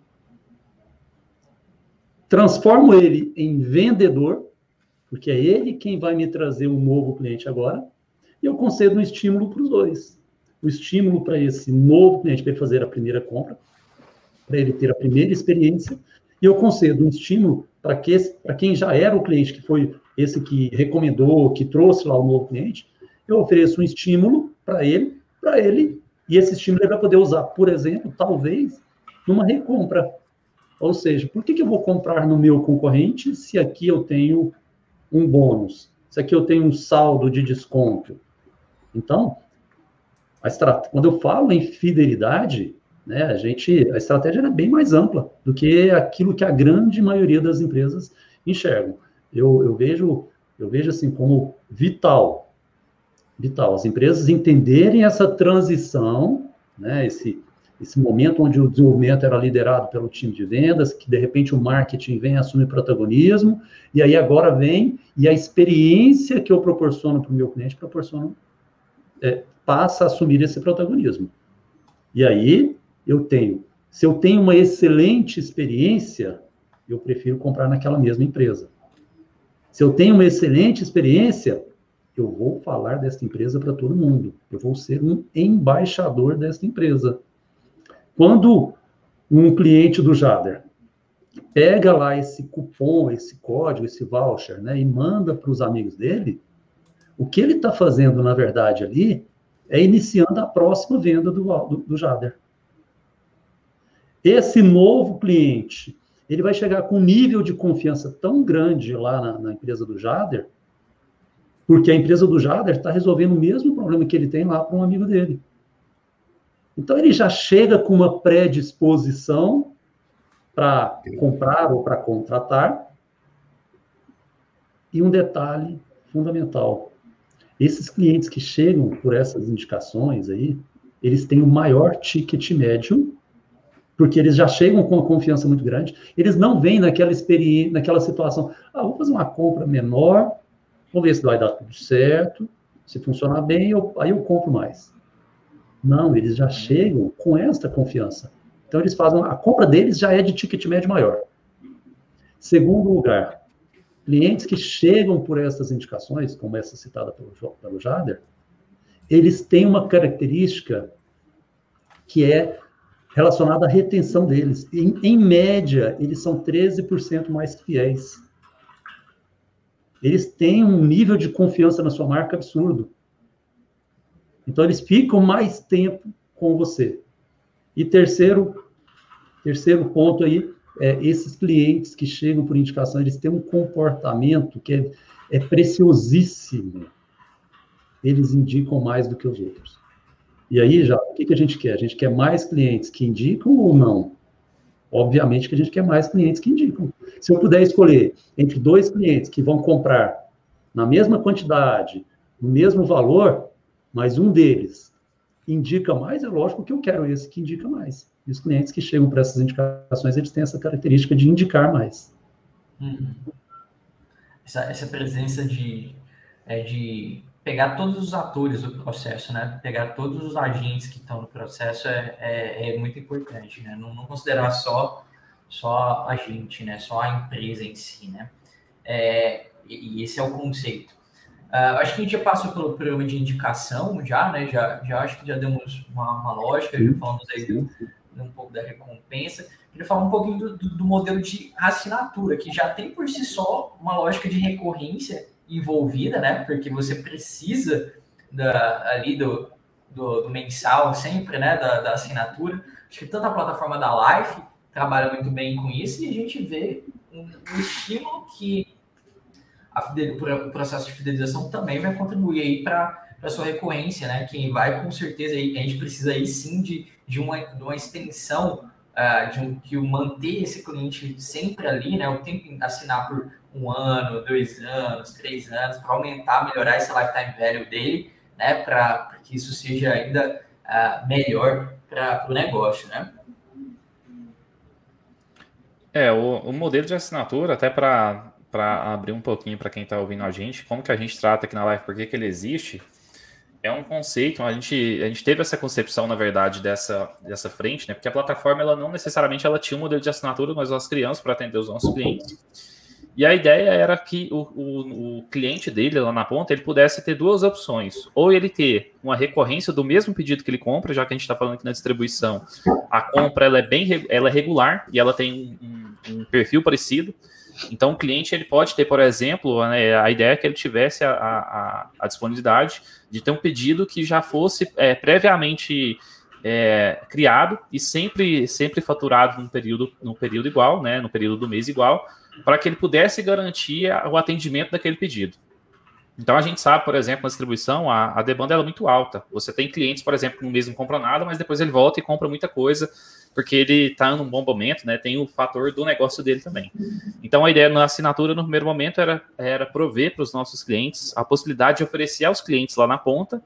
transformo ele em vendedor, porque é ele quem vai me trazer um novo cliente agora, e eu concedo um estímulo para os dois. O estímulo para esse novo cliente, para ele fazer a primeira compra, para ele ter a primeira experiência, e eu concedo um estímulo para quem já era o cliente, que foi esse que recomendou, que trouxe lá o novo cliente, eu ofereço um estímulo para ele, e esse estímulo ele vai poder usar, por exemplo, talvez, numa recompra. Ou seja, por que eu vou comprar no meu concorrente se aqui eu tenho um bônus, se aqui eu tenho um saldo de desconto? Então, quando eu falo em fidelidade, né, a estratégia é bem mais ampla do que aquilo que a grande maioria das empresas enxergam. Eu vejo assim como vital as empresas entenderem essa transição, né, esse esse momento onde o desenvolvimento era liderado pelo time de vendas, que de repente o marketing vem assumir protagonismo, e aí agora vem, e a experiência que eu proporciono para o meu cliente passa a assumir esse protagonismo. E aí, se eu tenho uma excelente experiência, eu prefiro comprar naquela mesma empresa. Se eu tenho uma excelente experiência, eu vou falar desta empresa para todo mundo. Eu vou ser um embaixador desta empresa. Quando um cliente do Jader pega lá esse cupom, esse código, esse voucher, né, e manda para os amigos dele, o que ele está fazendo, na verdade, ali, é iniciando a próxima venda do Jader. Esse novo cliente, ele vai chegar com um nível de confiança tão grande lá na empresa do Jader, porque a empresa do Jader está resolvendo o mesmo problema que ele tem lá para um amigo dele. Então, ele já chega com uma predisposição para comprar ou para contratar. E um detalhe fundamental. Esses clientes que chegam por essas indicações aí, eles têm o maior ticket médio, porque eles já chegam com uma confiança muito grande. Eles não vêm naquela experiência, naquela situação, vou fazer uma compra menor, vamos ver se vai dar tudo certo, se funcionar bem, aí eu compro mais. Não, eles já chegam com esta confiança. Então, eles fazem, a compra deles já é de ticket médio maior. Segundo lugar, clientes que chegam por essas indicações, como essa citada pelo Jader, eles têm uma característica que é relacionada à retenção deles. Em média, eles são 13% mais fiéis. Eles têm um nível de confiança na sua marca absurdo. Então, eles ficam mais tempo com você. E terceiro ponto aí, esses clientes que chegam por indicação, eles têm um comportamento que é preciosíssimo. Eles indicam mais do que os outros. E aí, já, o que a gente quer? A gente quer mais clientes que indicam ou não? Obviamente que a gente quer mais clientes que indicam. Se eu puder escolher entre 2 clientes que vão comprar na mesma quantidade, no mesmo valor, mas um deles indica mais, é lógico que eu quero esse que indica mais. E os clientes que chegam para essas indicações, eles têm essa característica de indicar mais. Essa presença de pegar todos os atores do processo, né? Pegar todos os agentes que estão no processo é muito importante, né? Não considerar só a gente, né? Só a empresa em si, né? E esse é o conceito. Acho que a gente já passou pelo programa de indicação, né? Já acho que já demos uma lógica, já falamos aí um pouco da recompensa. Queria falar um pouquinho do modelo de assinatura, que já tem por si só uma lógica de recorrência envolvida, né? Porque você precisa ali do mensal sempre, né? Da assinatura. Acho que tanto a plataforma da Life trabalha muito bem com isso e a gente vê um estímulo que o processo de fidelização também vai contribuir aí para a sua recorrência, né? Quem vai, com certeza, aí, a gente precisa aí sim de uma extensão, de manter esse cliente sempre ali, né? O tempo de assinar por 1 ano, 2 anos, 3 anos, para aumentar, melhorar esse lifetime value dele, né? Para que isso seja ainda melhor para o negócio, né? O modelo de assinatura, até para abrir um pouquinho para quem está ouvindo a gente, como que a gente trata aqui na Life, por que ele existe, é um conceito, a gente teve essa concepção, na verdade, dessa frente, né? Porque a plataforma, ela não necessariamente ela tinha um modelo de assinatura, mas nós criamos para atender os nossos clientes. E a ideia era que o cliente dele, lá na ponta, ele pudesse ter 2 opções. Ou ele ter uma recorrência do mesmo pedido que ele compra, já que a gente está falando aqui na distribuição, a compra ela é regular e ela tem um perfil parecido. Então, o cliente ele pode ter, por exemplo, né, a ideia é que ele tivesse a disponibilidade de ter um pedido que já fosse previamente criado e sempre faturado num período igual, né, no período do mês igual, para que ele pudesse garantir o atendimento daquele pedido. Então, a gente sabe, por exemplo, na distribuição, a demanda é muito alta. Você tem clientes, por exemplo, que no mês não compram nada, mas depois ele volta e compra muita coisa, porque ele está num bom momento, né? Tem o fator do negócio dele também. Então, a ideia na assinatura, no primeiro momento, era prover para os nossos clientes a possibilidade de oferecer aos clientes lá na ponta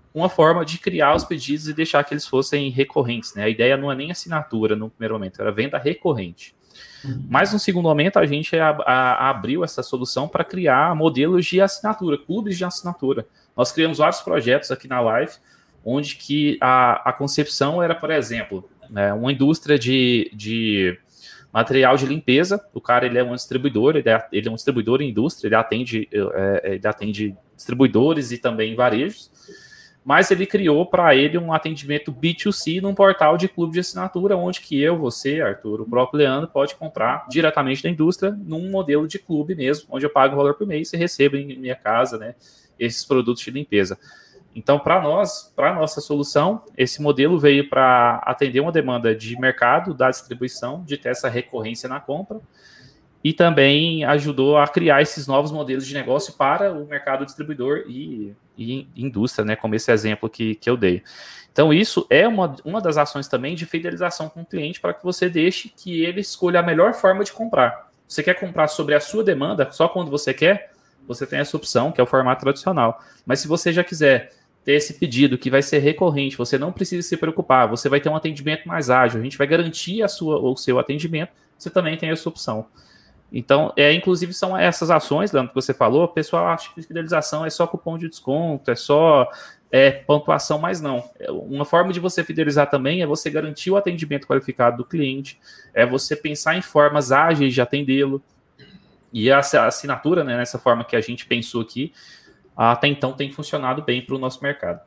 uma forma de criar os pedidos e deixar que eles fossem recorrentes, né? A ideia não é nem assinatura no primeiro momento, era venda recorrente. Mas no segundo momento a gente abriu essa solução para criar modelos de assinatura, clubes de assinatura. Nós criamos vários projetos aqui na Live, onde que a concepção era, por exemplo, né, uma indústria de material de limpeza. O cara, ele é um distribuidor, ele é um distribuidor em indústria, ele atende distribuidores e também varejos, mas ele criou para ele um atendimento B2C num portal de clube de assinatura, onde que eu, você, Arthur, o próprio Leandro, pode comprar diretamente da indústria num modelo de clube mesmo, onde eu pago o valor por mês e recebo em minha casa, né, esses produtos de limpeza. Então, para nossa solução, esse modelo veio para atender uma demanda de mercado, da distribuição, de ter essa recorrência na compra, e também ajudou a criar esses novos modelos de negócio para o mercado distribuidor e indústria, né, como esse exemplo que eu dei. Então, isso é uma das ações também de fidelização com o cliente, para que você deixe que ele escolha a melhor forma de comprar. Você quer comprar sobre a sua demanda, só quando você quer, você tem essa opção, que é o formato tradicional. Mas se você já quiser ter esse pedido que vai ser recorrente, você não precisa se preocupar, você vai ter um atendimento mais ágil, a gente vai garantir o seu atendimento, você também tem essa opção. Então, inclusive são essas ações, Leandro, que você falou, o pessoal acha que fidelização é só cupom de desconto, é só pontuação, mas não. Uma forma de você fidelizar também é você garantir o atendimento qualificado do cliente, é você pensar em formas ágeis de atendê-lo, e a assinatura, né, nessa forma que a gente pensou aqui, até então tem funcionado bem para o nosso mercado.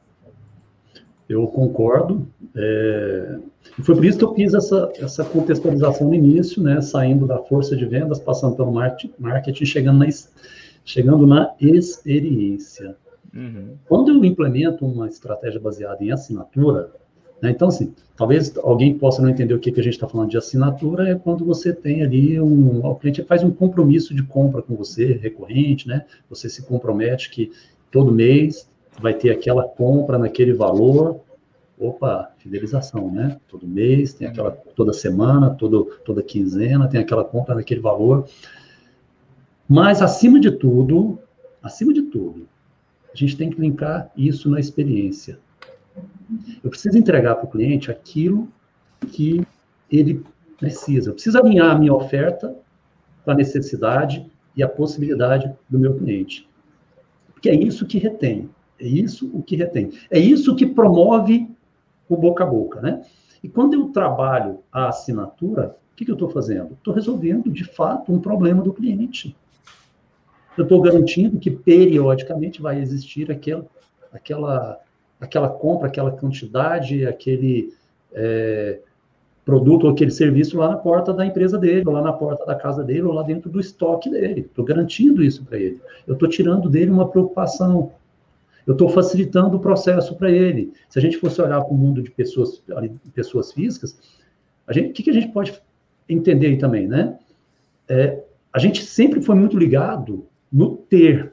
Eu concordo. E foi por isso que eu fiz essa contextualização no início, né? Saindo da força de vendas, passando pelo marketing, chegando na experiência. Uhum. Quando eu implemento uma estratégia baseada em assinatura, né? Então, assim, talvez alguém possa não entender o que a gente está falando de assinatura, é quando você tem ali o cliente faz um compromisso de compra com você, recorrente, né? Você se compromete que todo mês vai ter aquela compra naquele valor. Opa, fidelização, né? Todo mês, tem aquela, toda semana, toda quinzena, tem aquela compra naquele valor. Mas, acima de tudo, a gente tem que linkar isso na experiência. Eu preciso entregar para o cliente aquilo que ele precisa. Eu preciso alinhar a minha oferta com a necessidade e a possibilidade do meu cliente. Porque é isso que retém. É isso o que retém. É isso que promove o boca a boca, né? E quando eu trabalho a assinatura, o que eu estou fazendo? Estou resolvendo, de fato, um problema do cliente. Eu estou garantindo que, periodicamente, vai existir aquela compra, aquela quantidade, aquele produto ou aquele serviço lá na porta da empresa dele, ou lá na porta da casa dele, ou lá dentro do estoque dele. Estou garantindo isso para ele. Eu estou tirando dele uma preocupação. Eu estou facilitando o processo para ele. Se a gente fosse olhar para o mundo de pessoas físicas, o que a gente pode entender aí também, né? A gente sempre foi muito ligado no ter.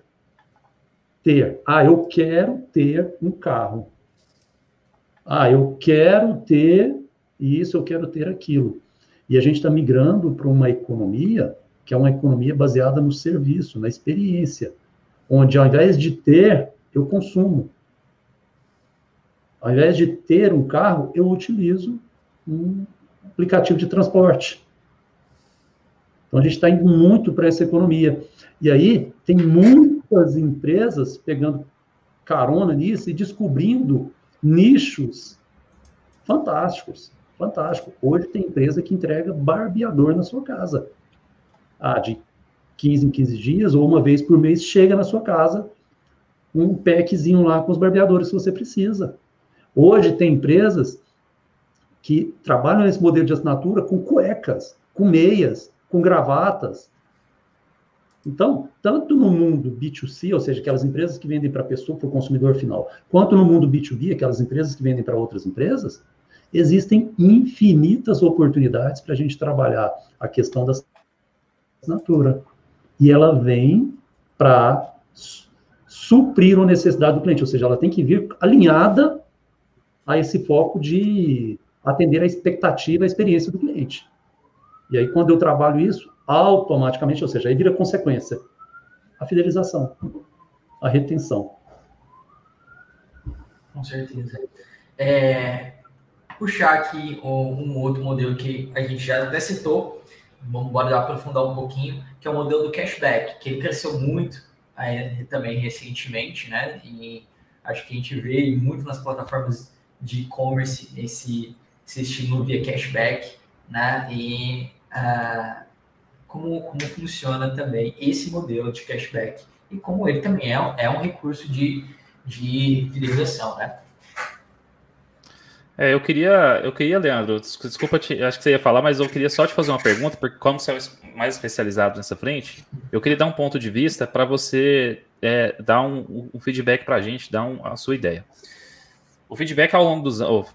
Eu quero ter um carro. Eu quero ter isso, eu quero ter aquilo. E a gente está migrando para uma economia que é uma economia baseada no serviço, na experiência, onde ao invés de ter, eu consumo. Ao invés de ter um carro, eu utilizo um aplicativo de transporte. Então, a gente está indo muito para essa economia. E aí, tem muitas empresas pegando carona nisso e descobrindo nichos fantásticos. Fantástico. Hoje tem empresa que entrega barbeador na sua casa. De 15 em 15 dias, ou uma vez por mês, chega na sua casa um packzinho lá com os barbeadores que você precisa. Hoje tem empresas que trabalham nesse modelo de assinatura com cuecas, com meias, com gravatas. Então, tanto no mundo B2C, ou seja, aquelas empresas que vendem para a pessoa, para o consumidor final, quanto no mundo B2B, aquelas empresas que vendem para outras empresas, existem infinitas oportunidades para a gente trabalhar a questão da assinatura. E ela vem para suprir a necessidade do cliente, ou seja, ela tem que vir alinhada a esse foco de atender a expectativa, a experiência do cliente. E aí, quando eu trabalho isso, automaticamente, ou seja, aí vira consequência, a fidelização, a retenção. Com certeza. Puxar aqui um outro modelo que a gente já até citou, vamos aprofundar um pouquinho, que é o modelo do cashback, que ele cresceu muito também recentemente, né? E acho que a gente vê muito nas plataformas de e-commerce esse estilo via cashback, né? E como funciona também esse modelo de cashback e como ele também é um recurso de fidelização, né? Eu queria, Leandro, desculpa, acho que você ia falar, mas eu queria só te fazer uma pergunta, porque como você é mais especializado nessa frente, eu queria dar um ponto de vista para você dar um feedback para a gente, dar a sua ideia. O feedback ao longo dos anos,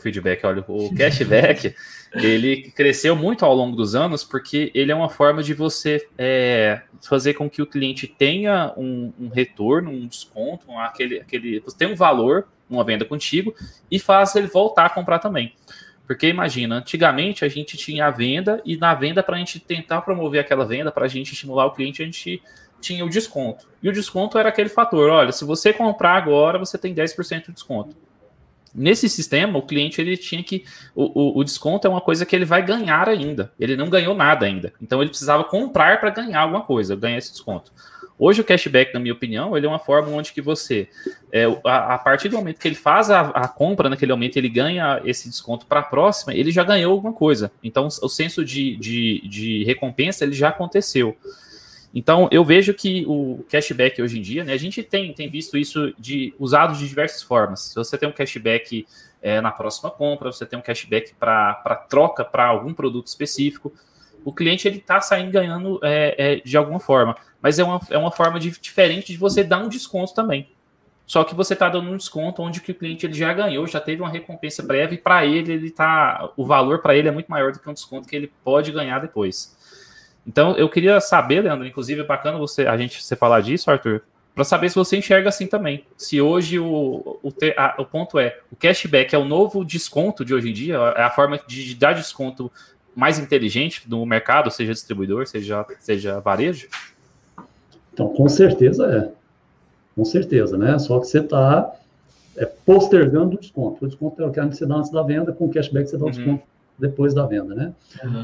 o cashback, ele cresceu muito ao longo dos anos, porque ele é uma forma de você fazer com que o cliente tenha um retorno, um desconto, você tem um valor numa venda contigo e faça ele voltar a comprar também. Porque imagina, antigamente a gente tinha a venda e na venda, para a gente tentar promover aquela venda, para a gente estimular o cliente, a gente tinha o desconto. E o desconto era aquele fator, olha, se você comprar agora, você tem 10% de desconto. Nesse sistema, o cliente ele tinha que... O desconto é uma coisa que ele vai ganhar ainda. Ele não ganhou nada ainda. Então ele precisava comprar para ganhar alguma coisa, ganhar esse desconto. Hoje o cashback, na minha opinião, ele é uma forma onde que você, a partir do momento que ele faz a compra, naquele momento ele ganha esse desconto para a próxima, ele já ganhou alguma coisa. Então o senso de recompensa ele já aconteceu. Então eu vejo que o cashback hoje em dia, né, a gente tem visto isso usado de diversas formas. Se você tem um cashback na próxima compra, você tem um cashback para troca para algum produto específico, o cliente ele está saindo ganhando de alguma forma. Mas é uma forma diferente de você dar um desconto também. Só que você está dando um desconto onde que o cliente ele já ganhou, já teve uma recompensa prévia e para ele o valor para ele é muito maior do que um desconto que ele pode ganhar depois. Então eu queria saber, Leandro, inclusive é bacana você falar disso, Arthur, para saber se você enxerga assim também. Se hoje o ponto o cashback é o novo desconto de hoje em dia, é a forma de dar desconto mais inteligente no mercado, seja distribuidor, seja varejo? Então, com certeza Com certeza, né? Só que você está postergando o desconto. O desconto é o que você dá antes da venda, com o cashback você dá o desconto depois da venda, né?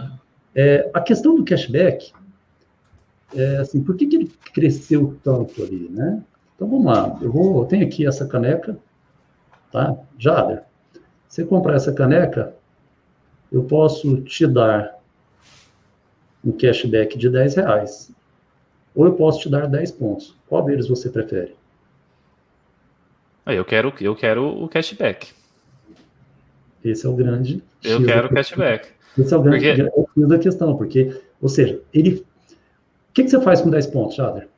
A questão do cashback, assim, por que ele cresceu tanto ali, né? Então, vamos lá. Eu tenho aqui essa caneca, tá? Jader, você comprar essa caneca, eu posso te dar um cashback de R$10, ou eu posso te dar 10 pontos. Qual deles você prefere? Eu quero o cashback. Esse é o grande... Eu quero o cashback. Esse é o grande X da questão, porque, ou seja, o que você faz com 10 pontos, Jader?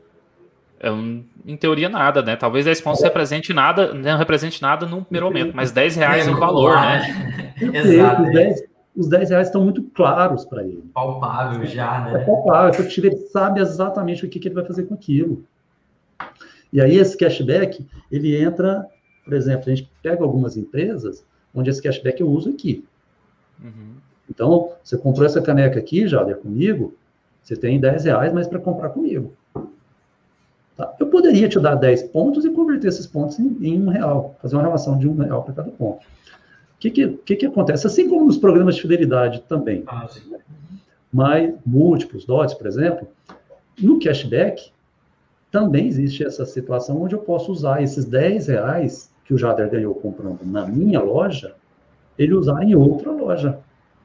Em teoria, nada, né? Talvez 10 pontos não represente nada no primeiro momento, mas R$10 é o valor, né? Exato. Os R$10 estão muito claros para ele. Palpável já, né? É palpável, ele sabe exatamente o que ele vai fazer com aquilo. E aí esse cashback, ele entra, por exemplo, a gente pega algumas empresas onde esse cashback eu uso aqui. Então, você comprou essa caneca aqui, Jader, comigo, você tem R$10 mais para comprar comigo. Tá? Eu poderia te dar 10 pontos e converter esses pontos em R$1, fazer uma relação de R$1 para cada ponto. O que acontece? Assim como nos programas de fidelidade também. Mas múltiplos, DOTs, por exemplo, no cashback também existe essa situação onde eu posso usar esses R$10 que o Jader ganhou comprando na minha loja, ele usar em outra loja.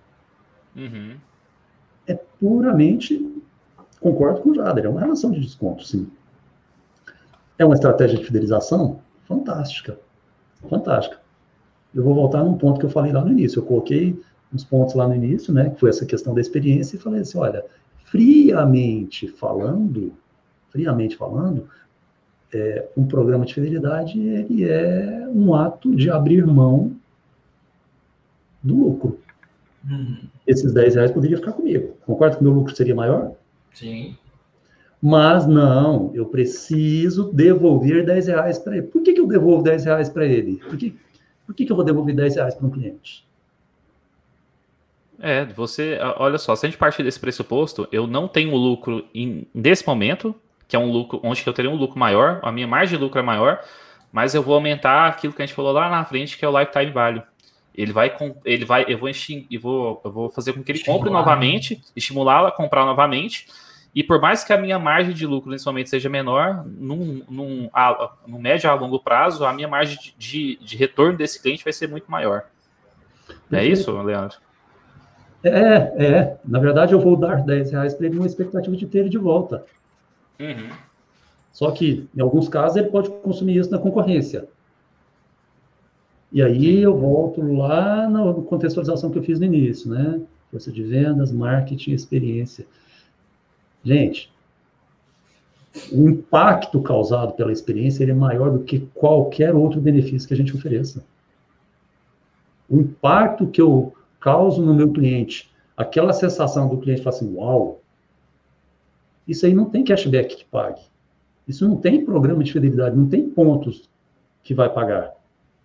É puramente, concordo com o Jader, é uma relação de desconto, sim. É uma estratégia de fidelização? Fantástica. Fantástica. Eu vou voltar num ponto que eu falei lá no início. Eu coloquei uns pontos lá no início, né, que foi essa questão da experiência, e falei assim, olha, friamente falando, um programa de fidelidade, ele é um ato de abrir mão do lucro. Esses R$10 poderiam ficar comigo. Concorda que o meu lucro seria maior? Sim. Mas não, eu preciso devolver R$10 para ele. Por que eu devolvo R$10 para ele? Por que eu vou devolver R$10 para um cliente? Olha só, se a gente partir desse pressuposto, eu não tenho lucro nesse momento, que é um lucro onde eu teria um lucro maior, a minha margem de lucro é maior, mas eu vou aumentar aquilo que a gente falou lá na frente, que é o lifetime value. Eu vou fazer com que ele compre novamente, estimulá-lo a comprar novamente, e por mais que a minha margem de lucro nesse momento seja menor, no médio a longo prazo, a minha margem de retorno desse cliente vai ser muito maior. É isso, Leandro? Na verdade, eu vou dar R$10 para ele numa expectativa de ter ele de volta. Uhum. Só que, em alguns casos, ele pode consumir isso na concorrência. E aí eu volto lá na contextualização que eu fiz no início, né? Força de vendas, marketing, experiência. Gente, o impacto causado pela experiência ele é maior do que qualquer outro benefício que a gente ofereça. O impacto que eu causo no meu cliente, aquela sensação do cliente falar assim, uau, isso aí não tem cashback que pague. Isso não tem programa de fidelidade, não tem pontos que vai pagar.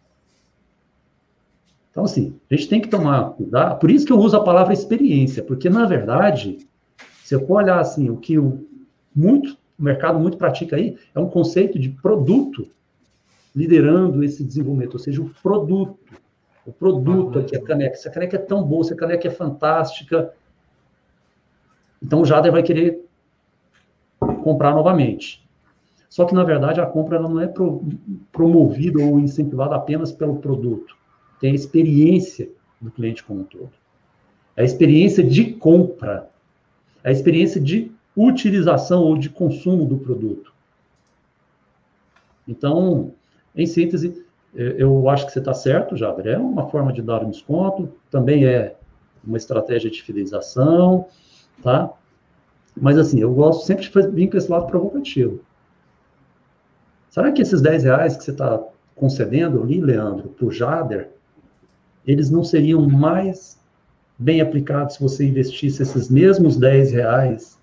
Então, assim, a gente tem que tomar cuidado. Por isso que eu uso a palavra experiência, porque, na verdade, se eu for olhar assim, o que o mercado muito pratica aí é um conceito de produto liderando esse desenvolvimento, ou seja, o produto aqui, a caneca. Essa caneca é tão boa, essa caneca é fantástica. Então, o Jader vai querer comprar novamente. Só que, na verdade, a compra ela não é promovida ou incentivada apenas pelo produto. Tem a experiência do cliente como um todo. É a experiência de compra. É a experiência de utilização ou de consumo do produto. Então, em síntese, eu acho que você está certo, Jader. É uma forma de dar um desconto, também é uma estratégia de fidelização, tá? Mas, assim, eu gosto sempre de vir com esse lado provocativo. Será que esses R$10 que você está concedendo ali, Leandro, para o Jader, eles não seriam mais bem aplicados se você investisse esses mesmos R$10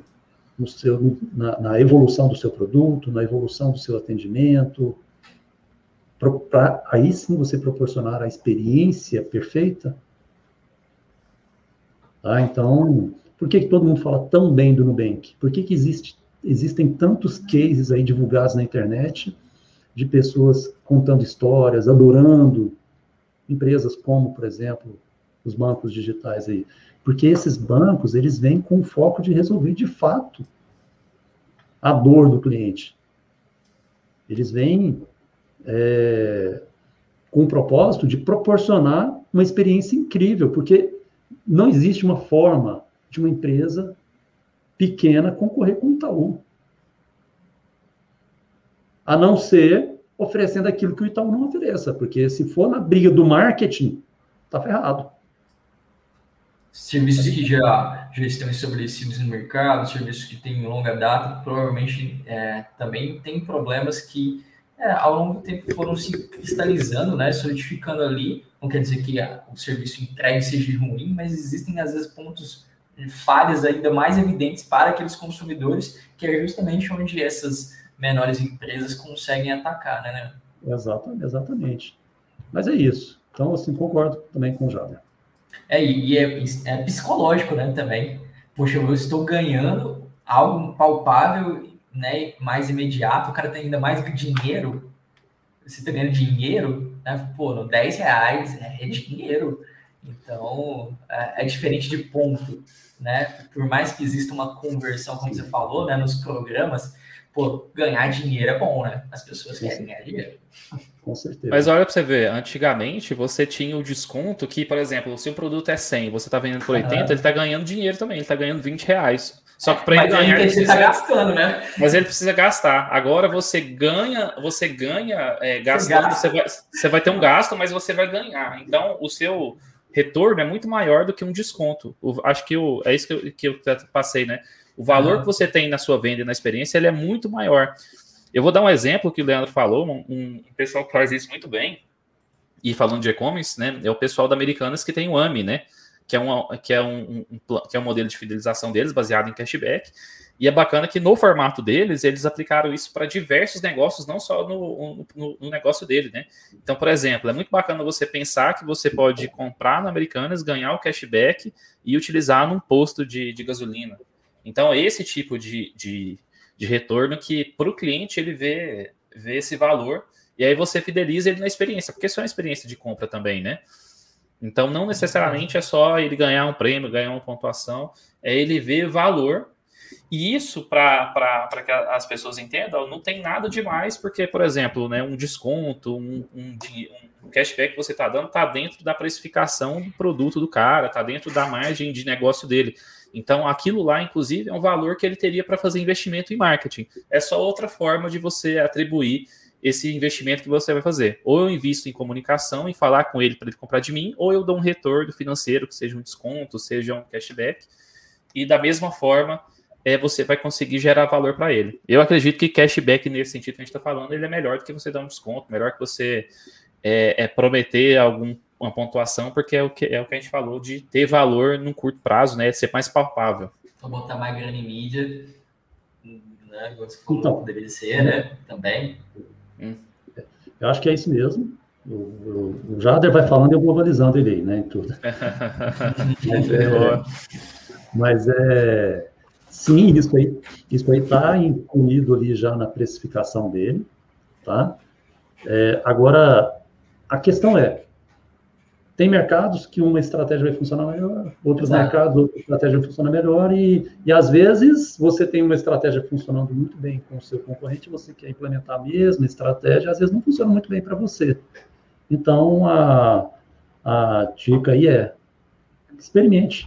na evolução do seu produto, na evolução do seu atendimento, para aí sim você proporcionar a experiência perfeita? Tá? Então, por que todo mundo fala tão bem do Nubank? Por que existem tantos cases aí divulgados na internet de pessoas contando histórias, adorando empresas como, por exemplo, os bancos digitais aí? Porque esses bancos, eles vêm com o foco de resolver, de fato, a dor do cliente. Eles vêm com o propósito de proporcionar uma experiência incrível, porque não existe uma forma de uma empresa pequena concorrer com o Itaú. A não ser oferecendo aquilo que o Itaú não ofereça, porque se for na briga do marketing, tá ferrado. Serviços que já estão estabelecidos no mercado, serviços que têm longa data, provavelmente também tem problemas que ao longo do tempo foram se cristalizando, né, solidificando ali. Não quer dizer que o serviço entregue seja ruim, mas existem às vezes pontos de falhas ainda mais evidentes para aqueles consumidores, que é justamente onde essas menores empresas conseguem atacar, né? Exatamente. Mas é isso. Então, assim, concordo também com o Jader. É psicológico, né, também. Poxa, eu estou ganhando algo palpável, né, mais imediato, o cara tem ainda mais dinheiro. Você está ganhando dinheiro, né? Pô, no R$10 é dinheiro. Então, é diferente de ponto, né? Por mais que exista uma conversão, como você falou, né, nos programas, pô, ganhar dinheiro é bom, né? As pessoas querem ganhar dinheiro. Com certeza. Mas olha para você ver, antigamente você tinha o desconto que, por exemplo, o seu produto é 100, você está vendendo por 80, ele está ganhando dinheiro também, ele está ganhando R$20. Só que para ele ganhar, ele precisa gastando, né? Mas ele precisa gastar. Agora você ganha gastando, você vai ter um gasto, mas você vai ganhar. Então o seu retorno é muito maior do que um desconto. Acho que é isso que eu passei, né? O valor que você tem na sua venda e na experiência, ele é muito maior. Eu vou dar um exemplo que o Leandro falou, um pessoal que faz isso muito bem, e falando de e-commerce, né, é o pessoal da Americanas que tem o AMI, né, que é um modelo de fidelização deles, baseado em cashback, e é bacana que no formato deles, eles aplicaram isso para diversos negócios, não só no negócio dele, né. Então, por exemplo, é muito bacana você pensar que você pode comprar na Americanas, ganhar o cashback e utilizar num posto de gasolina. Então, esse tipo de retorno que para o cliente ele vê esse valor E aí você fideliza ele na experiência, porque isso é uma experiência de compra também, né? Então, não necessariamente é só ele ganhar um prêmio, ganhar uma pontuação, é ele ver valor. E isso, para que as pessoas entendam, não tem nada demais, porque, por exemplo, né, um desconto, um cashback que você está dando, está dentro da precificação do produto do cara, está dentro da margem de negócio dele. Então, aquilo lá, inclusive, é um valor que ele teria para fazer investimento em marketing. É só outra forma de você atribuir esse investimento que você vai fazer. Ou eu invisto em comunicação, em falar com ele para ele comprar de mim, ou eu dou um retorno financeiro, que seja um desconto, seja um cashback. E da mesma forma, você vai conseguir gerar valor para ele. Eu acredito que cashback, nesse sentido que a gente está falando, ele é melhor do que você dar um desconto, melhor que você prometer uma pontuação, porque é o que a gente falou de ter valor num curto prazo, né? Ser mais palpável. Vou botar mais grana em mídia, né? Você falou então, que deveria ser, né? Também. Eu acho que é isso mesmo. O Jader vai falando e eu vou analisando ele aí, né? Em tudo. Mas sim, isso aí está incluído ali já na precificação dele, tá? Agora, a questão tem mercados que uma estratégia vai funcionar melhor, outros mercados outra estratégia vai funcionar melhor, e às vezes você tem uma estratégia funcionando muito bem com o seu concorrente, você quer implementar a mesma estratégia, às vezes não funciona muito bem para você. Então, a dica aí experimente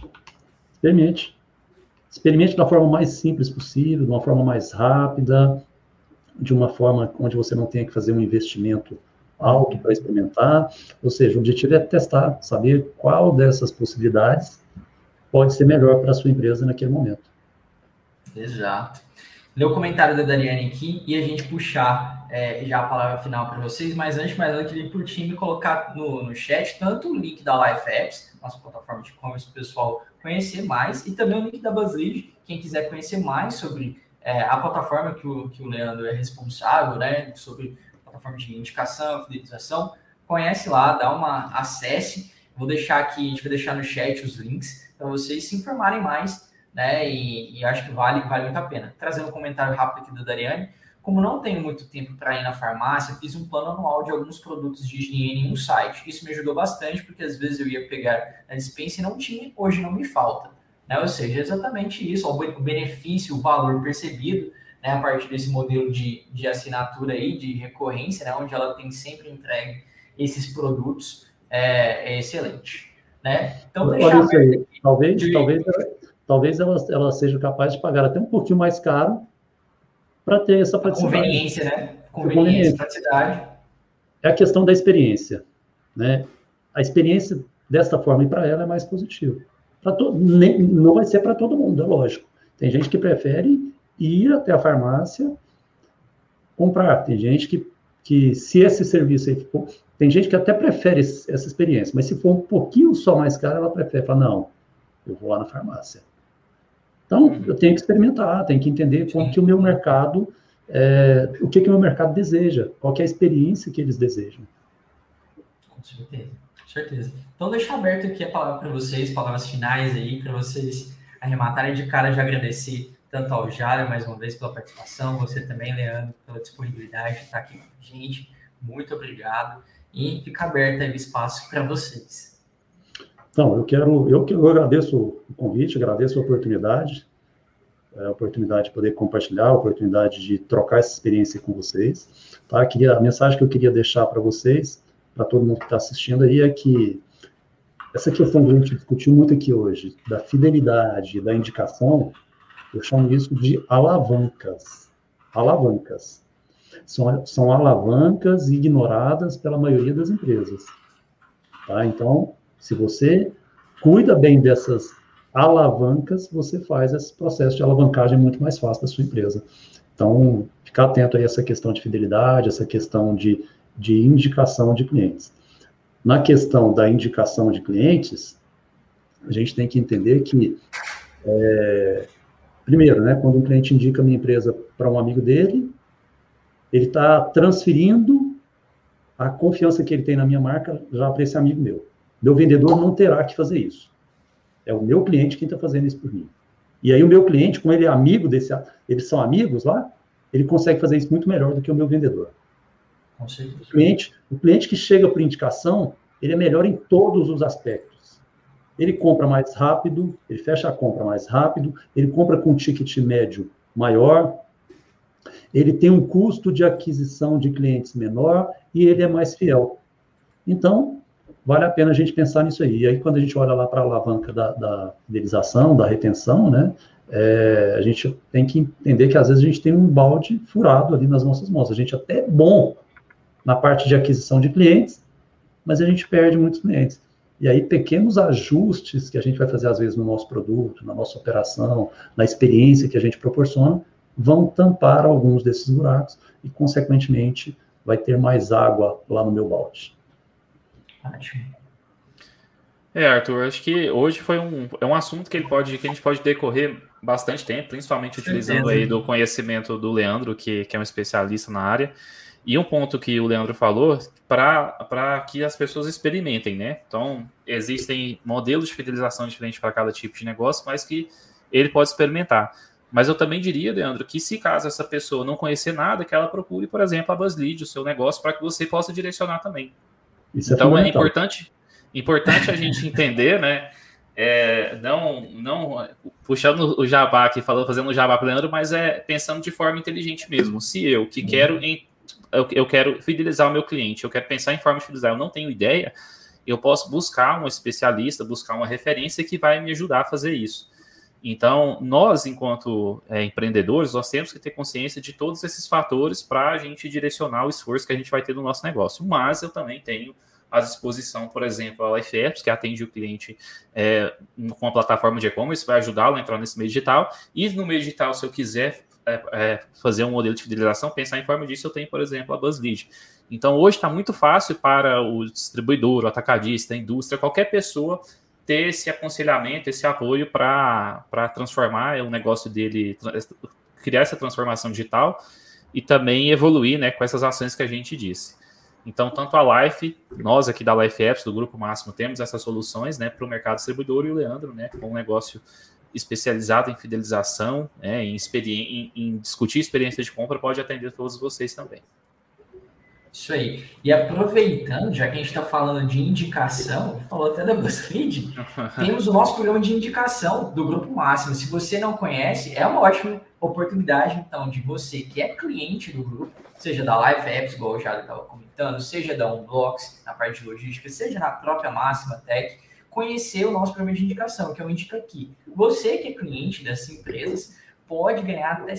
da forma mais simples possível, de uma forma mais rápida, de uma forma onde você não tenha que fazer um investimento alto para experimentar, ou seja, o objetivo é testar, saber qual dessas possibilidades pode ser melhor para a sua empresa naquele momento. Exato. Ler o comentário da Dariane aqui e a gente puxar já a palavra final para vocês, mas antes, eu queria por time colocar no chat tanto o link da Life Apps, nossa plataforma de e-commerce, para o pessoal conhecer mais, e também o link da BuzzLead, quem quiser conhecer mais sobre a plataforma que o Leandro é responsável, né, sobre plataforma de indicação, fidelização, conhece lá, dá uma acesse. Vou deixar aqui, a gente vai deixar no chat os links para vocês se informarem mais, né? E acho que vale muito a pena. Trazendo um comentário rápido aqui da Dariane, como não tenho muito tempo para ir na farmácia, fiz um plano anual de alguns produtos de higiene em um site. Isso me ajudou bastante, porque às vezes eu ia pegar na despensa e não tinha, hoje não me falta, né? Ou seja, exatamente isso, o benefício, o valor percebido, né, a partir desse modelo de assinatura aí, de recorrência, né, onde ela tem sempre entregue esses produtos, é excelente, né? Então, deixar aberto aqui, talvez ela seja capaz de pagar até um pouquinho mais caro para ter essa praticidade. Conveniência, né? Conveniência, praticidade. É a questão da experiência, né? A experiência desta forma e para ela é mais positiva. Não vai ser para todo mundo, é lógico. Tem gente que prefere ir até a farmácia comprar. Tem gente que se esse serviço aí for, tem gente que até prefere essa experiência, mas se for um pouquinho só mais caro, ela prefere falar, não, eu vou lá na farmácia. Então, eu tenho que experimentar, tenho que entender como que o meu mercado, o que o meu mercado deseja, qual que é a experiência que eles desejam. Com certeza. Então, deixar aberto aqui a palavra para vocês, palavras finais aí, para vocês arrematarem de cara, de agradecer tanto ao Jário, mais uma vez, pela participação, você também, Leandro, pela disponibilidade de estar aqui com a gente. Muito obrigado. E fica aberto aí o espaço para vocês. Então, eu agradeço o convite, agradeço a oportunidade de poder compartilhar, a oportunidade de trocar essa experiência com vocês. Tá? A mensagem que eu queria deixar para vocês, para todo mundo que está assistindo aí, é que essa questão que a gente discutiu muito aqui hoje, da fidelidade, da indicação, eu chamo isso de alavancas. Alavancas. São alavancas ignoradas pela maioria das empresas. Tá? Então, se você cuida bem dessas alavancas, você faz esse processo de alavancagem muito mais fácil da sua empresa. Então, ficar atento aí a essa questão de fidelidade, essa questão de indicação de clientes. Na questão da indicação de clientes, a gente tem que entender que, primeiro, né, quando um cliente indica a minha empresa para um amigo dele, ele está transferindo a confiança que ele tem na minha marca já para esse amigo meu. Meu vendedor não terá que fazer isso. É o meu cliente quem está fazendo isso por mim. E aí o meu cliente, como ele é amigo eles são amigos lá, ele consegue fazer isso muito melhor do que o meu vendedor. Com certeza. O cliente que chega por indicação, ele é melhor em todos os aspectos. Ele compra mais rápido, ele fecha a compra mais rápido, ele compra com ticket médio maior, ele tem um custo de aquisição de clientes menor e ele é mais fiel. Então, vale a pena a gente pensar nisso aí. E aí, quando a gente olha lá para a alavanca da fidelização, da retenção, né, a gente tem que entender que, às vezes, a gente tem um balde furado ali nas nossas mãos. A gente até é bom na parte de aquisição de clientes, mas a gente perde muitos clientes. E aí, pequenos ajustes que a gente vai fazer, às vezes, no nosso produto, na nossa operação, na experiência que a gente proporciona, vão tampar alguns desses buracos e, consequentemente, vai ter mais água lá no meu balde. Ótimo. Arthur, acho que hoje foi um assunto que a gente pode decorrer bastante tempo, principalmente utilizando aí do conhecimento do Leandro, que é um especialista na área. E um ponto que o Leandro falou, para que as pessoas experimentem, né? Então, existem modelos de fidelização diferentes para cada tipo de negócio, mas que ele pode experimentar. Mas eu também diria, Leandro, que se caso essa pessoa não conhecer nada, que ela procure, por exemplo, a BuzzLead, o seu negócio, para que você possa direcionar também. Isso então, é importante a gente entender, né? Não puxando o jabá aqui, fazendo o jabá para o Leandro, mas pensando de forma inteligente mesmo. Se eu que eu quero fidelizar o meu cliente, eu quero pensar em forma de fidelizar, eu não tenho ideia, eu posso buscar um especialista, buscar uma referência que vai me ajudar a fazer isso. Então, nós, enquanto empreendedores, nós temos que ter consciência de todos esses fatores para a gente direcionar o esforço que a gente vai ter no nosso negócio. Mas eu também tenho à disposição, por exemplo, a Life Apps, que atende o cliente com a plataforma de e-commerce, vai ajudá-lo a entrar nesse meio digital. E no meio digital, se eu quiser fazer um modelo de fidelização, pensar em forma disso, eu tenho, por exemplo, a BuzzLead. Então, hoje está muito fácil para o distribuidor, o atacadista, a indústria, qualquer pessoa ter esse aconselhamento, esse apoio para transformar o negócio dele, criar essa transformação digital e também evoluir, né, com essas ações que a gente disse. Então, tanto a Life, nós aqui da Life Apps, do Grupo Máximo, temos essas soluções, né, para o mercado distribuidor, e o Leandro, né, com um negócio especializado em fidelização, né, em discutir experiência de compra, pode atender todos vocês também. Isso aí. E aproveitando, já que a gente está falando de indicação, falou até da BuzzFeed, temos o nosso programa de indicação do Grupo Máximo. Se você não conhece, é uma ótima oportunidade, então, de você que é cliente do grupo, seja da Life Apps, igual eu já estava comentando, seja da Unblocks, na parte de logística, seja na própria Máxima Tech, conhecer o nosso programa de indicação, que é o Indica Aqui. Você que é cliente dessas empresas pode ganhar até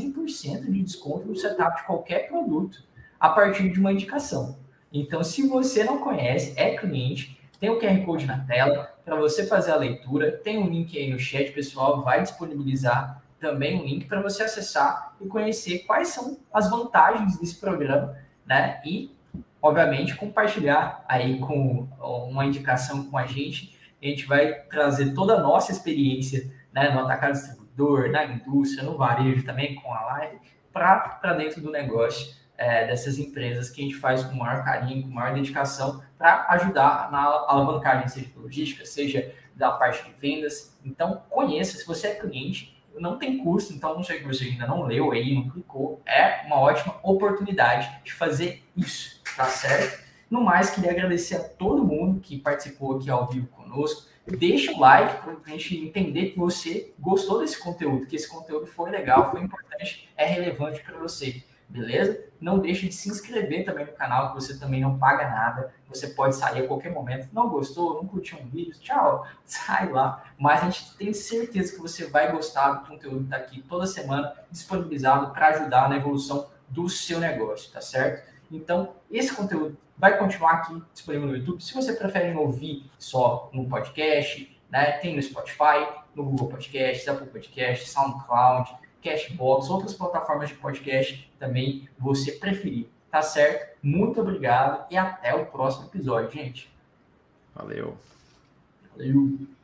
100% de desconto no setup de qualquer produto a partir de uma indicação. Então, se você não conhece, é cliente, tem o QR Code na tela para você fazer a leitura, tem um link aí no chat, pessoal, vai disponibilizar também um link para você acessar e conhecer quais são as vantagens desse programa, né? E, obviamente, compartilhar aí com uma indicação com a gente vai trazer toda a nossa experiência, né, no atacado distribuidor, na indústria, no varejo também, com a Live, para dentro do negócio dessas empresas que a gente faz com o maior carinho, com maior dedicação para ajudar na alavancagem, seja de logística, seja da parte de vendas. Então, conheça, se você é cliente, não tem custo, então não sei que você ainda não leu aí, não clicou, é uma ótima oportunidade de fazer isso, tá certo? No mais, queria agradecer a todo mundo que participou aqui ao vivo conosco. Deixa o like para a gente entender que você gostou desse conteúdo, que esse conteúdo foi legal, foi importante, é relevante para você. Beleza? Não deixe de se inscrever também no canal, que você também não paga nada. Você pode sair a qualquer momento. Não gostou? Não curtiu um vídeo? Tchau! Sai lá. Mas a gente tem certeza que você vai gostar do conteúdo que está aqui toda semana disponibilizado para ajudar na evolução do seu negócio, tá certo? Então, esse conteúdo vai continuar aqui disponível no YouTube. Se você prefere ouvir só no podcast, né? Tem no Spotify, no Google Podcast, Apple Podcast, SoundCloud, Cashbox, outras plataformas de podcast também você preferir, tá certo? Muito obrigado e até o próximo episódio, gente. Valeu. Valeu.